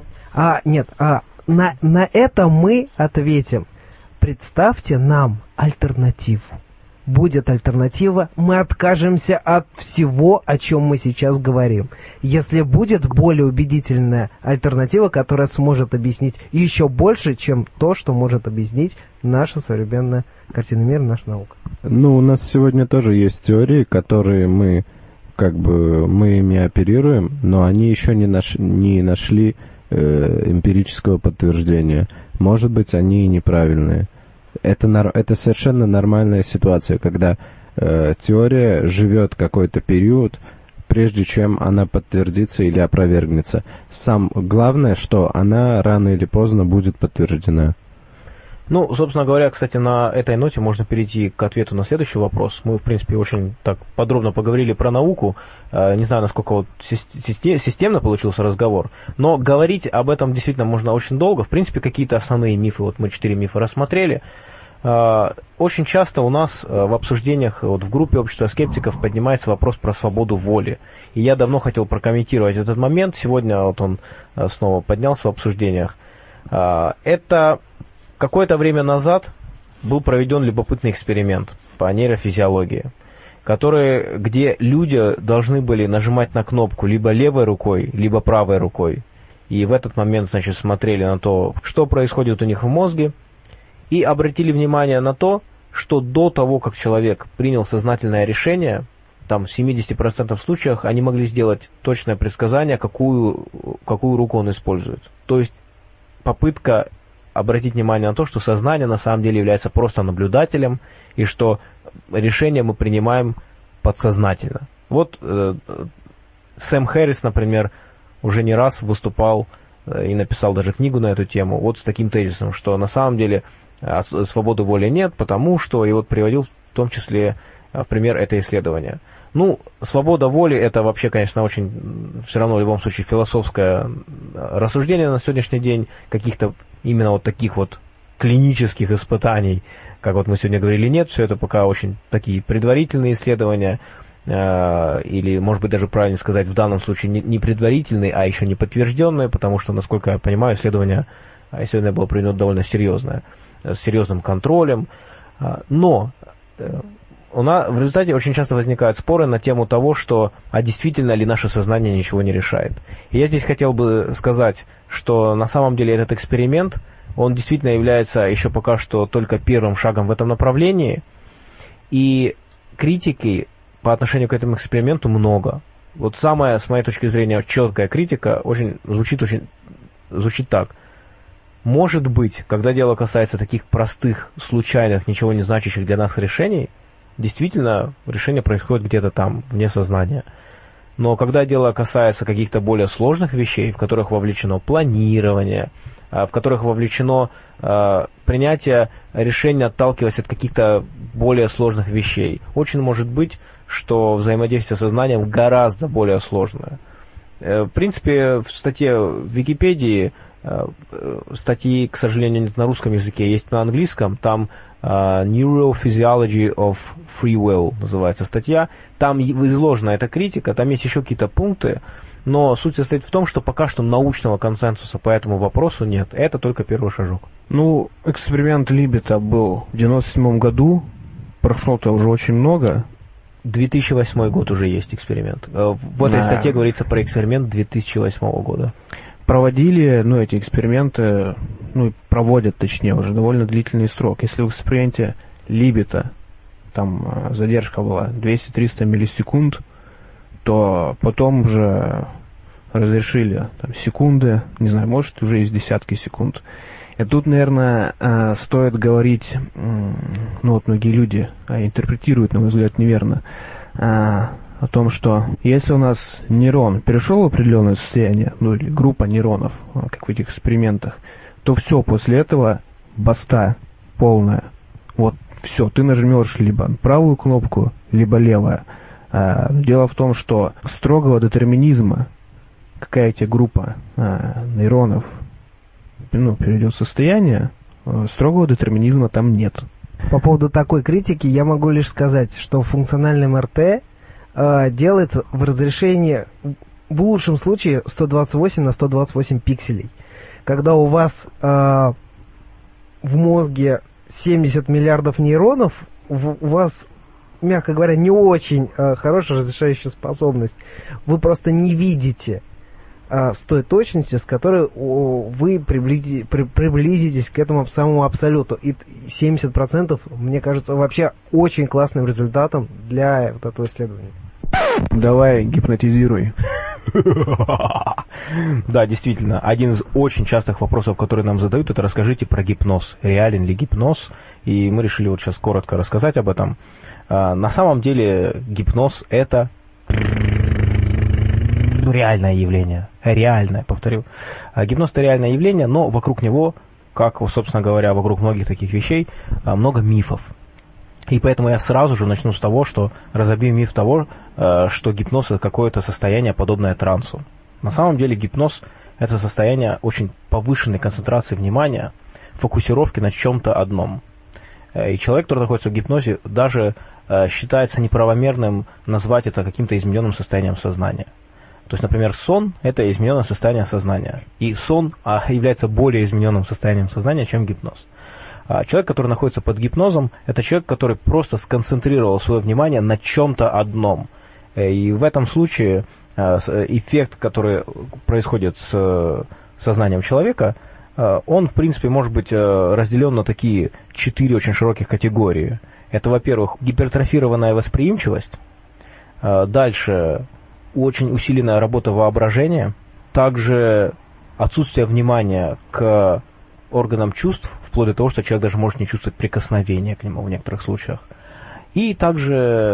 На это мы ответим. Представьте нам альтернативу. Будет альтернатива, мы откажемся от всего, о чем мы сейчас говорим. Если будет более убедительная альтернатива, которая сможет объяснить еще больше, чем то, что может объяснить наша современная картина мира, наша наука.
У нас сегодня тоже есть теории, которые мы ими оперируем, но они еще не нашли эмпирического подтверждения. Может быть, они и неправильные. Это совершенно нормальная ситуация, когда теория живет какой-то период, прежде чем она подтвердится или опровергнется. Главное, что она рано или поздно будет подтверждена.
Собственно говоря, кстати, на этой ноте можно перейти к ответу на следующий вопрос. Мы, в принципе, очень так подробно поговорили про науку. Не знаю, насколько системно получился разговор, но говорить об этом действительно можно очень долго. В принципе, какие-то основные мифы, мы 4 мифа рассмотрели. Очень часто у нас в обсуждениях в группе общества скептиков поднимается вопрос про свободу воли. И я давно хотел прокомментировать этот момент. Сегодня он снова поднялся в обсуждениях. Это... Какое-то время назад был проведен любопытный эксперимент по нейрофизиологии, где люди должны были нажимать на кнопку либо левой рукой, либо правой рукой. И в этот момент, смотрели на то, что происходит у них в мозге, и обратили внимание на то, что до того, как человек принял сознательное решение, в 70% случаев они могли сделать точное предсказание, какую руку он использует. То есть попытка обратить внимание на то, что сознание на самом деле является просто наблюдателем, и что решение мы принимаем подсознательно. Вот Сэм Хэррис, например, уже не раз выступал и написал даже книгу на эту тему, вот с таким тезисом, что на самом деле свободы воли нет, потому что, и вот приводил в том числе в пример это исследование. Ну, свобода воли, это вообще, конечно, очень, все равно в любом случае, философское рассуждение на сегодняшний день, каких-то именно вот таких вот клинических испытаний, как вот мы сегодня говорили, нет, все это пока очень такие предварительные исследования, или, может быть, даже правильно сказать, в данном случае не предварительные, а еще не подтвержденные, потому что, насколько я понимаю, исследование было проведено довольно серьезное, с серьезным контролем, но в результате очень часто возникают споры на тему того, что, а действительно ли наше сознание ничего не решает. И я здесь хотел бы сказать, что на самом деле этот эксперимент, он действительно является еще пока что только первым шагом в этом направлении, и критики по отношению к этому эксперименту много. Вот самая, с моей точки зрения, четкая критика звучит так. Может быть, когда дело касается таких простых, случайных, ничего не значащих для нас решений, действительно решение происходит где-то там, вне сознания. Но когда дело касается каких-то более сложных вещей, в которых вовлечено планирование, в которых вовлечено принятие решения, отталкиваясь от каких-то более сложных вещей, очень может быть, что взаимодействие с сознанием гораздо более сложное. В принципе, в статье в Википедии, статьи, к сожалению, нет на русском языке, есть на английском, там Neurophysiology of Free Will называется статья, там изложена эта критика, там есть еще какие-то пункты, но суть состоит в том, что пока что научного консенсуса по этому вопросу нет, это только первый шажок.
Ну, эксперимент Либбета был в 1997 году, прошло-то уже очень много.
2008 год уже есть эксперимент. В этой статье говорится про эксперимент 2008 года.
Проводили, эти эксперименты, проводят, точнее, уже довольно длительный срок. Если в эксперименте Либбета там задержка была 200-300 миллисекунд, то потом уже разрешили секунды, не знаю, может, уже есть десятки секунд. И тут, наверное, стоит говорить, многие люди интерпретируют, на мой взгляд, неверно, о том, что если у нас нейрон перешел в определенное состояние, или группа нейронов, как в этих экспериментах, то все, после этого баста полная. Вот все, ты нажмешь либо правую кнопку, либо левую. Дело в том, что строгого детерминизма, какая тебе группа нейронов перейдет в состояние, строгого детерминизма там нет.
По поводу такой критики я могу лишь сказать, что функциональный МРТ делается в разрешении, в лучшем случае, 128 на 128 пикселей. Когда у вас в мозге 70 миллиардов нейронов, у вас, мягко говоря, не очень хорошая разрешающая способность. Вы просто не видите с той точностью, с которой вы приблизитесь к этому самому абсолюту. И 70%, мне кажется, вообще очень классным результатом для вот этого исследования.
Давай, гипнотизируй.
Да, действительно, один из очень частых вопросов, которые нам задают, это расскажите про гипноз. Реален ли гипноз? И мы решили вот сейчас коротко рассказать об этом. На самом деле гипноз это реальное явление. Реальное, повторю. Гипноз это реальное явление, но вокруг него, как, собственно говоря, вокруг многих таких вещей, много мифов. И поэтому я сразу же начну с того, что разобью миф того, что гипноз это какое-то состояние, подобное трансу. На самом деле гипноз это состояние очень повышенной концентрации внимания, фокусировки на чем-то одном. И человек, который находится в гипнозе, даже считается неправомерным назвать это каким-то измененным состоянием сознания. То есть, например, сон – это измененное состояние сознания. И сон является более измененным состоянием сознания, чем гипноз. Человек, который находится под гипнозом, это человек, который просто сконцентрировал свое внимание на чем-то одном. И в этом случае эффект, который происходит с сознанием человека, он, в принципе, может быть разделен на такие 4 очень широких категории. Это, во-первых, гипертрофированная восприимчивость. Дальше очень усиленная работа воображения. Также отсутствие внимания к органам чувств, вплоть до того, что человек даже может не чувствовать прикосновения к нему в некоторых случаях. И также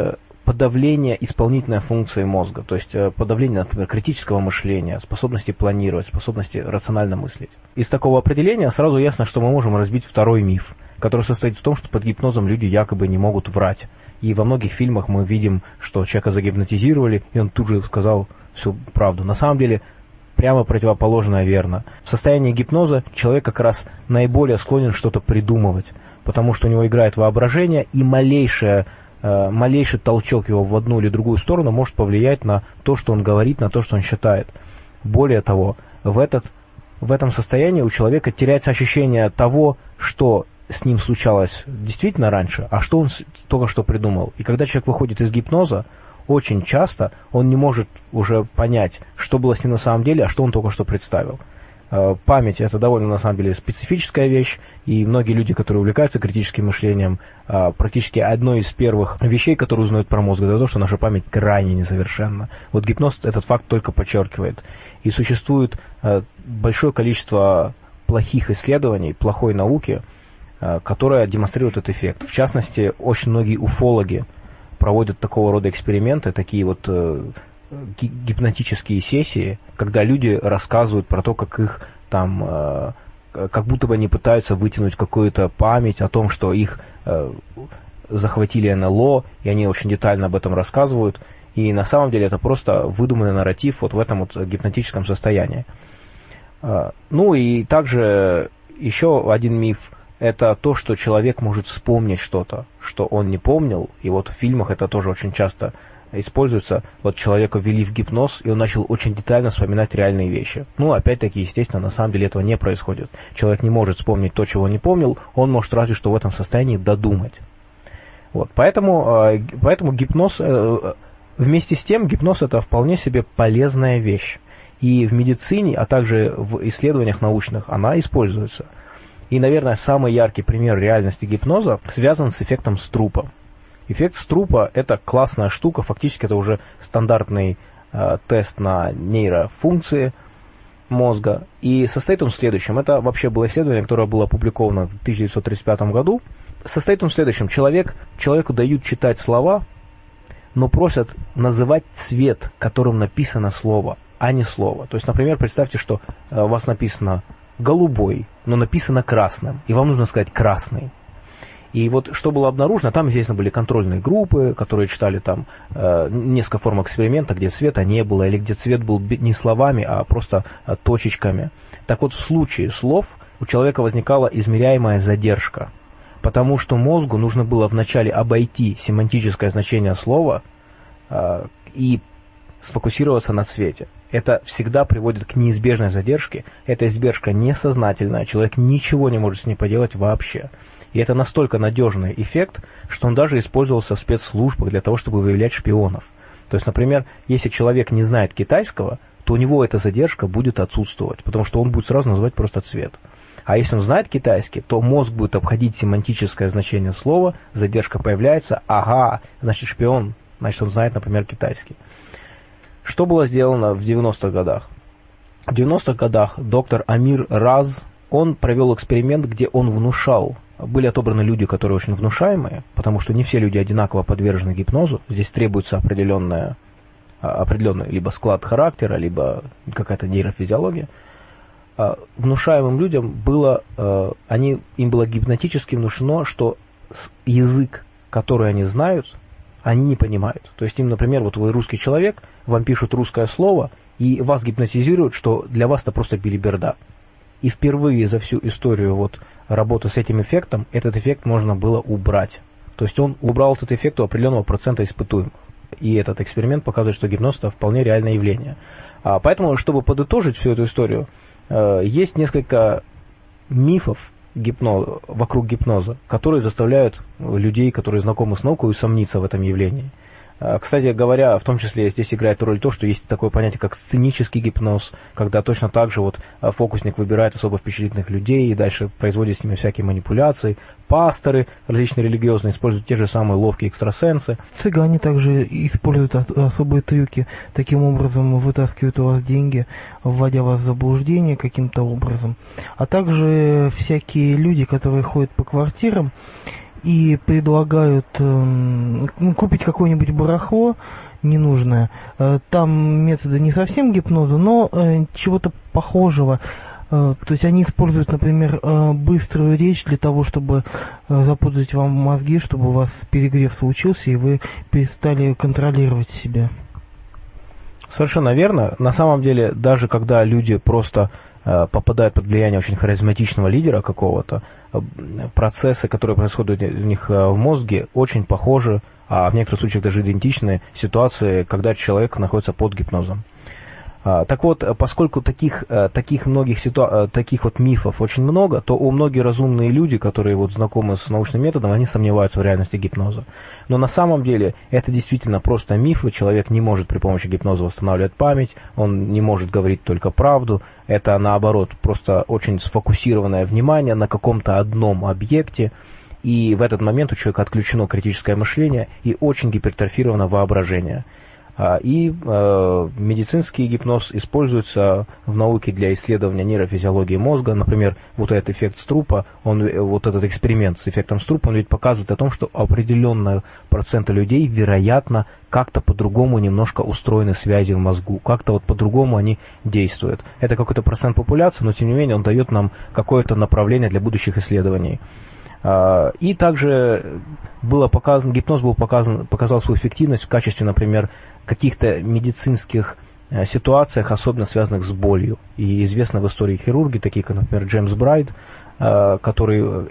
подавление исполнительной функции мозга, то есть подавление, например, критического мышления, способности планировать, способности рационально мыслить. Из такого определения сразу ясно, что мы можем разбить второй миф, который состоит в том, что под гипнозом люди якобы не могут врать. И во многих фильмах мы видим, что человека загипнотизировали, и он тут же сказал всю правду. На самом деле, прямо противоположное верно. В состоянии гипноза человек как раз наиболее склонен что-то придумывать, потому что у него играет воображение, и малейший толчок его в одну или другую сторону может повлиять на то, что он говорит, на то, что он считает. Более того, в этом состоянии у человека теряется ощущение того, что с ним случалось действительно раньше, а что он только что придумал. И когда человек выходит из гипноза, очень часто он не может уже понять, что было с ним на самом деле, а что он только что представил. Память — это довольно, на самом деле, специфическая вещь, и многие люди, которые увлекаются критическим мышлением, практически одной из первых вещей, которые узнают про мозг, это то, что наша память крайне несовершенна. Вот гипноз этот факт только подчеркивает. И существует большое количество плохих исследований, плохой науки, которая демонстрирует этот эффект. В частности, очень многие уфологи проводят такого рода эксперименты, такие вот гипнотические сессии, когда люди рассказывают про то, как их там, как будто бы они пытаются вытянуть какую-то память о том, что их захватили НЛО, и они очень детально об этом рассказывают. И на самом деле это просто выдуманный нарратив вот в этом вот гипнотическом состоянии. Ну и также еще один миф — это то, что человек может вспомнить что-то, что он не помнил. И вот в фильмах это тоже очень часто используется. Вот человека ввели в гипноз, и он начал очень детально вспоминать реальные вещи. Ну, опять-таки, естественно, на самом деле этого не происходит. Человек не может вспомнить то, чего не помнил, он может разве что в этом состоянии додумать. Вот, поэтому гипноз, вместе с тем, гипноз — это вполне себе полезная вещь. И в медицине, а также в исследованиях научных она используется. И, наверное, самый яркий пример реальности гипноза связан с эффектом Струпа. Эффект Струпа — это классная штука, фактически это уже стандартный тест на нейрофункции мозга. И состоит он в следующем. Это вообще было исследование, которое было опубликовано в 1935 году. Состоит он в следующем. Человеку дают читать слова, но просят называть цвет, которым написано слово, а не слово. То есть, например, представьте, что у вас написано голубой, но написано красным, и вам нужно сказать красный. И вот что было обнаружено, там, естественно, были контрольные группы, которые читали там несколько форм эксперимента, где цвета не было, или где цвет был не словами, а просто точечками. Так вот, в случае слов у человека возникала измеряемая задержка, потому что мозгу нужно было вначале обойти семантическое значение слова и сфокусироваться на цвете. Это всегда приводит к неизбежной задержке. Эта издержка несознательная, человек ничего не может с ней поделать вообще. И это настолько надежный эффект, что он даже использовался в спецслужбах для того, чтобы выявлять шпионов. То есть, например, если человек не знает китайского, то у него эта задержка будет отсутствовать, потому что он будет сразу называть просто цвет. А если он знает китайский, то мозг будет обходить семантическое значение слова, задержка появляется, ага, значит шпион, значит он знает, например, китайский. Что было сделано в 90-х годах? В 90-х годах доктор Амир Раз, он провел эксперимент, где он внушал. Были отобраны люди, которые очень внушаемые, потому что не все люди одинаково подвержены гипнозу. Здесь требуется определенный либо склад характера, либо какая-то нейрофизиология. Внушаемым людям им было гипнотически внушено, что язык, который они знают, они не понимают. То есть им, например, вот вы русский человек, вам пишут русское слово, и вас гипнотизируют, что для вас это просто белиберда. И впервые за всю историю вот работы с этим эффектом, этот эффект можно было убрать. То есть он убрал этот эффект у определенного процента испытуемых. И этот эксперимент показывает, что гипноз — это вполне реальное явление. Поэтому, чтобы подытожить всю эту историю, есть несколько мифов вокруг гипноза, которые заставляют людей, которые знакомы с наукой, усомниться в этом явлении. Кстати говоря, в том числе здесь играет роль то, что есть такое понятие, как сценический гипноз, когда точно так же вот фокусник выбирает особо впечатлительных людей и дальше производит с ними всякие манипуляции. Пасторы различные религиозные используют те же самые ловкие экстрасенсы.
Цыгане также используют особые трюки, таким образом вытаскивают у вас деньги, вводя вас в заблуждение каким-то образом. А также всякие люди, которые ходят по квартирам и предлагают купить какое-нибудь барахло ненужное. Там методы не совсем гипноза, но чего-то похожего. То есть они используют, например, быструю речь для того, чтобы запутать вам мозги, чтобы у вас перегрев случился, и вы перестали контролировать себя.
Совершенно верно. На самом деле, даже когда люди просто попадают под влияние очень харизматичного лидера какого-то, процессы, которые происходят у них в мозге, очень похожи, а в некоторых случаях даже идентичны ситуации, когда человек находится под гипнозом. Так вот, поскольку таких многих таких вот мифов очень много, то у многих разумные люди, которые вот знакомы с научным методом, они сомневаются в реальности гипноза. Но на самом деле это действительно просто мифы, человек не может при помощи гипноза восстанавливать память, он не может говорить только правду, это наоборот просто очень сфокусированное внимание на каком-то одном объекте, и в этот момент у человека отключено критическое мышление и очень гипертрофировано воображение. И медицинский гипноз используется в науке для исследования нейрофизиологии мозга. Например, вот этот эффект Струпа, вот этот эксперимент с эффектом Струпа, он ведь показывает о том, что определенного процента людей, вероятно, как-то по-другому немножко устроены связи в мозгу, как-то вот по-другому они действуют. Это какой-то процент популяции, но тем не менее он дает нам какое-то направление для будущих исследований. И также гипноз показал свою эффективность в качестве, например, каких-то медицинских ситуациях, особенно связанных с болью. И известно в истории хирурги, такие как, например, Джеймс Брайт, который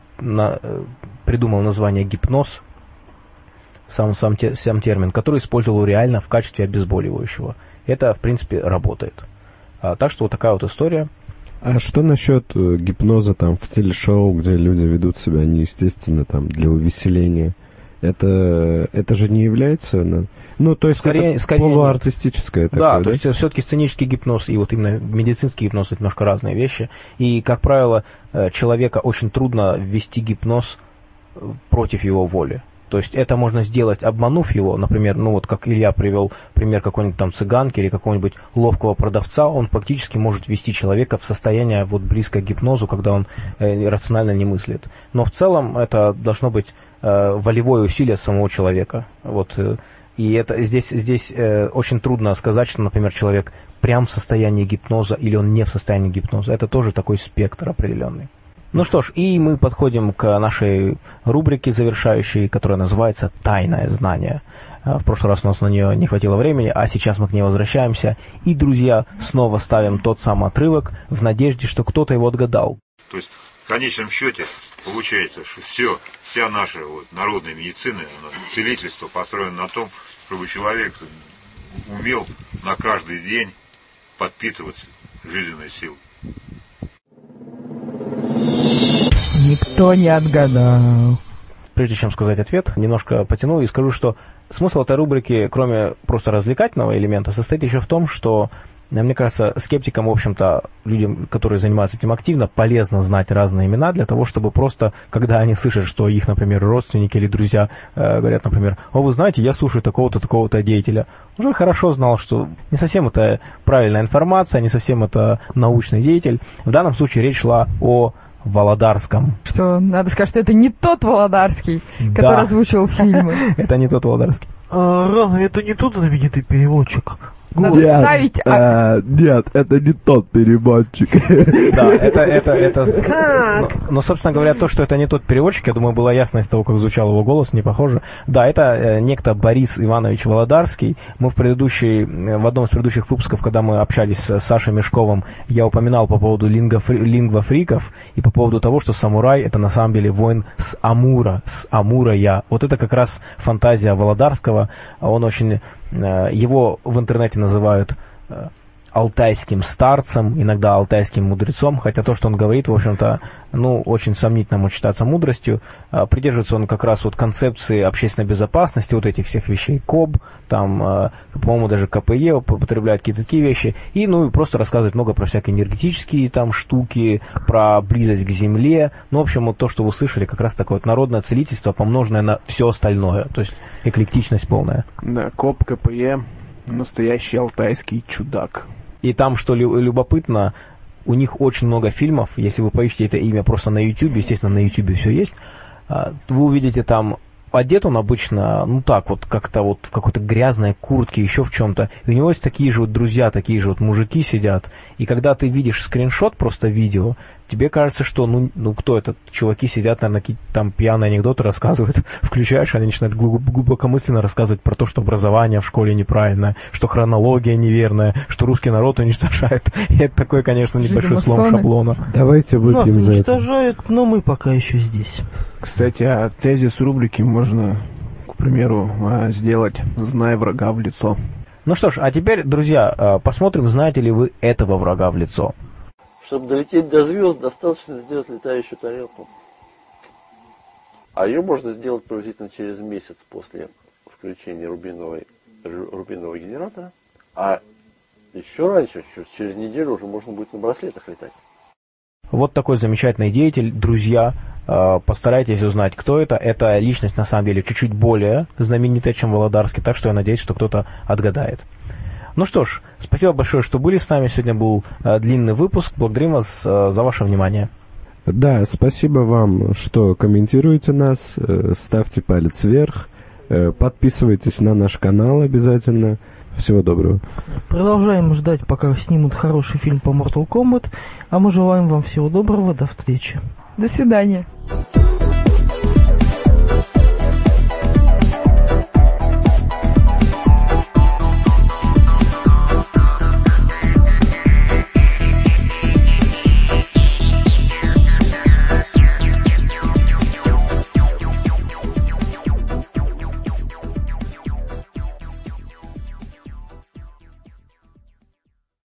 придумал название гипноз, сам термин, который использовал реально в качестве обезболивающего. Это, в принципе, работает. Так что вот такая вот история.
А что насчет гипноза там в телешоу, где люди ведут себя неестественно там для увеселения? Это же не является... Ну, то есть скорее полуартистическое такое,
да? То есть все-таки сценический гипноз и вот именно медицинский гипноз — это немножко разные вещи. И, как правило, человека очень трудно ввести гипноз против его воли. То есть это можно сделать, обманув его, например, ну вот как Илья привел пример какой-нибудь там цыганки или какого-нибудь ловкого продавца, он фактически может ввести человека в состояние вот близкое к гипнозу, когда он рационально не мыслит. Но в целом это должно быть волевое усилие самого человека. Вот, и это здесь очень трудно сказать, что, например, человек прям в состоянии гипноза или он не в состоянии гипноза. Это тоже такой спектр определенный. Ну что ж, и мы подходим к нашей рубрике завершающей, которая называется «Тайное знание». В прошлый раз у нас на нее не хватило времени, а сейчас мы к ней возвращаемся. И, друзья, снова ставим тот самый отрывок в надежде, что кто-то его отгадал.
То есть, в конечном счете, получается, что вся наша народная медицина, целительство построено на том, чтобы человек умел на каждый день подпитываться жизненной силой.
Никто не отгадал.
Прежде чем сказать ответ, немножко потяну и скажу, что смысл этой рубрики, кроме просто развлекательного элемента, состоит еще в том, что, мне кажется, скептикам, в общем-то, людям, которые занимаются этим активно, полезно знать разные имена для того, чтобы просто, когда они слышат, что их, например, родственники или друзья говорят, например, «О, вы знаете, я слушаю такого-то деятеля», уже хорошо знал, что не совсем это правильная информация, не совсем это научный деятель. В данном случае речь шла о Володарском.
Что, надо сказать, что это не тот Володарский, который озвучивал фильмы.
Это не тот Володарский.
Разве это не тот знаменитый переводчик?
Надо ставить...
Нет, это не тот переводчик.
Да, это... Как? Но, собственно говоря, то, что это не тот переводчик, я думаю, было ясно из того, как звучал его голос, не похоже. Да, это некто Борис Иванович Володарский. Мы в одном из предыдущих выпусков, когда мы общались с Сашей Мешковым, я упоминал по поводу лингвофриков и по поводу того, что самурай — это на самом деле воин с Амура-я. Вот это как раз фантазия Володарского. Он очень... Его в интернете называют алтайским старцем, иногда алтайским мудрецом, хотя то, что он говорит, в общем-то, очень сомнительно может считаться мудростью. Придерживается он как раз вот концепции общественной безопасности, вот этих всех вещей, КОБ, там, по-моему, даже КПЕ употребляют какие-то такие вещи, и просто рассказывает много про всякие энергетические там штуки, про близость к земле. В общем, вот то, что вы слышали, как раз такое вот народное целительство, помноженное на все остальное, то есть эклектичность полная.
Да, КОБ, КПЕ, настоящий алтайский чудак.
И там, что любопытно, у них очень много фильмов. Если вы поищете это имя просто на YouTube, естественно, на YouTube все есть. вы увидите там, одет он обычно, ну так вот, как-то вот в какой-то грязной куртке, еще в чем-то. И у него есть такие же вот друзья, такие же вот мужики сидят. И когда ты видишь скриншот, просто видео, тебе кажется, что, ну кто это? Чуваки сидят, наверное, какие-то там пьяные анекдоты рассказывают. Включаешь, они начинают глубокомысленно рассказывать про то, что образование в школе неправильное, что хронология неверная, что русский народ уничтожает. И это такой, конечно, небольшой слом шаблона.
Давайте выпьем за это.
Уничтожают, но мы пока еще здесь.
Кстати, тезис рубрики можно, к примеру, сделать «Знай врага в лицо».
Ну что ж, а теперь, друзья, посмотрим, знаете ли вы этого врага в лицо.
Чтобы долететь до звезд, достаточно сделать летающую тарелку. А ее можно сделать приблизительно через месяц после включения рубинового генератора. А еще раньше, через неделю уже можно будет на браслетах летать.
Вот такой замечательный деятель. Друзья, постарайтесь узнать, кто это. Эта личность, на самом деле, чуть-чуть более знаменитая, чем Володарский, так что я надеюсь, что кто-то отгадает. Ну что ж, спасибо большое, что были с нами. Сегодня был длинный выпуск. Благодарим вас за ваше внимание.
Да, спасибо вам, что комментируете нас, ставьте палец вверх, подписывайтесь на наш канал обязательно. Всего доброго.
Продолжаем ждать, пока снимут хороший фильм по Mortal Kombat, а мы желаем вам всего доброго, до встречи.
До свидания.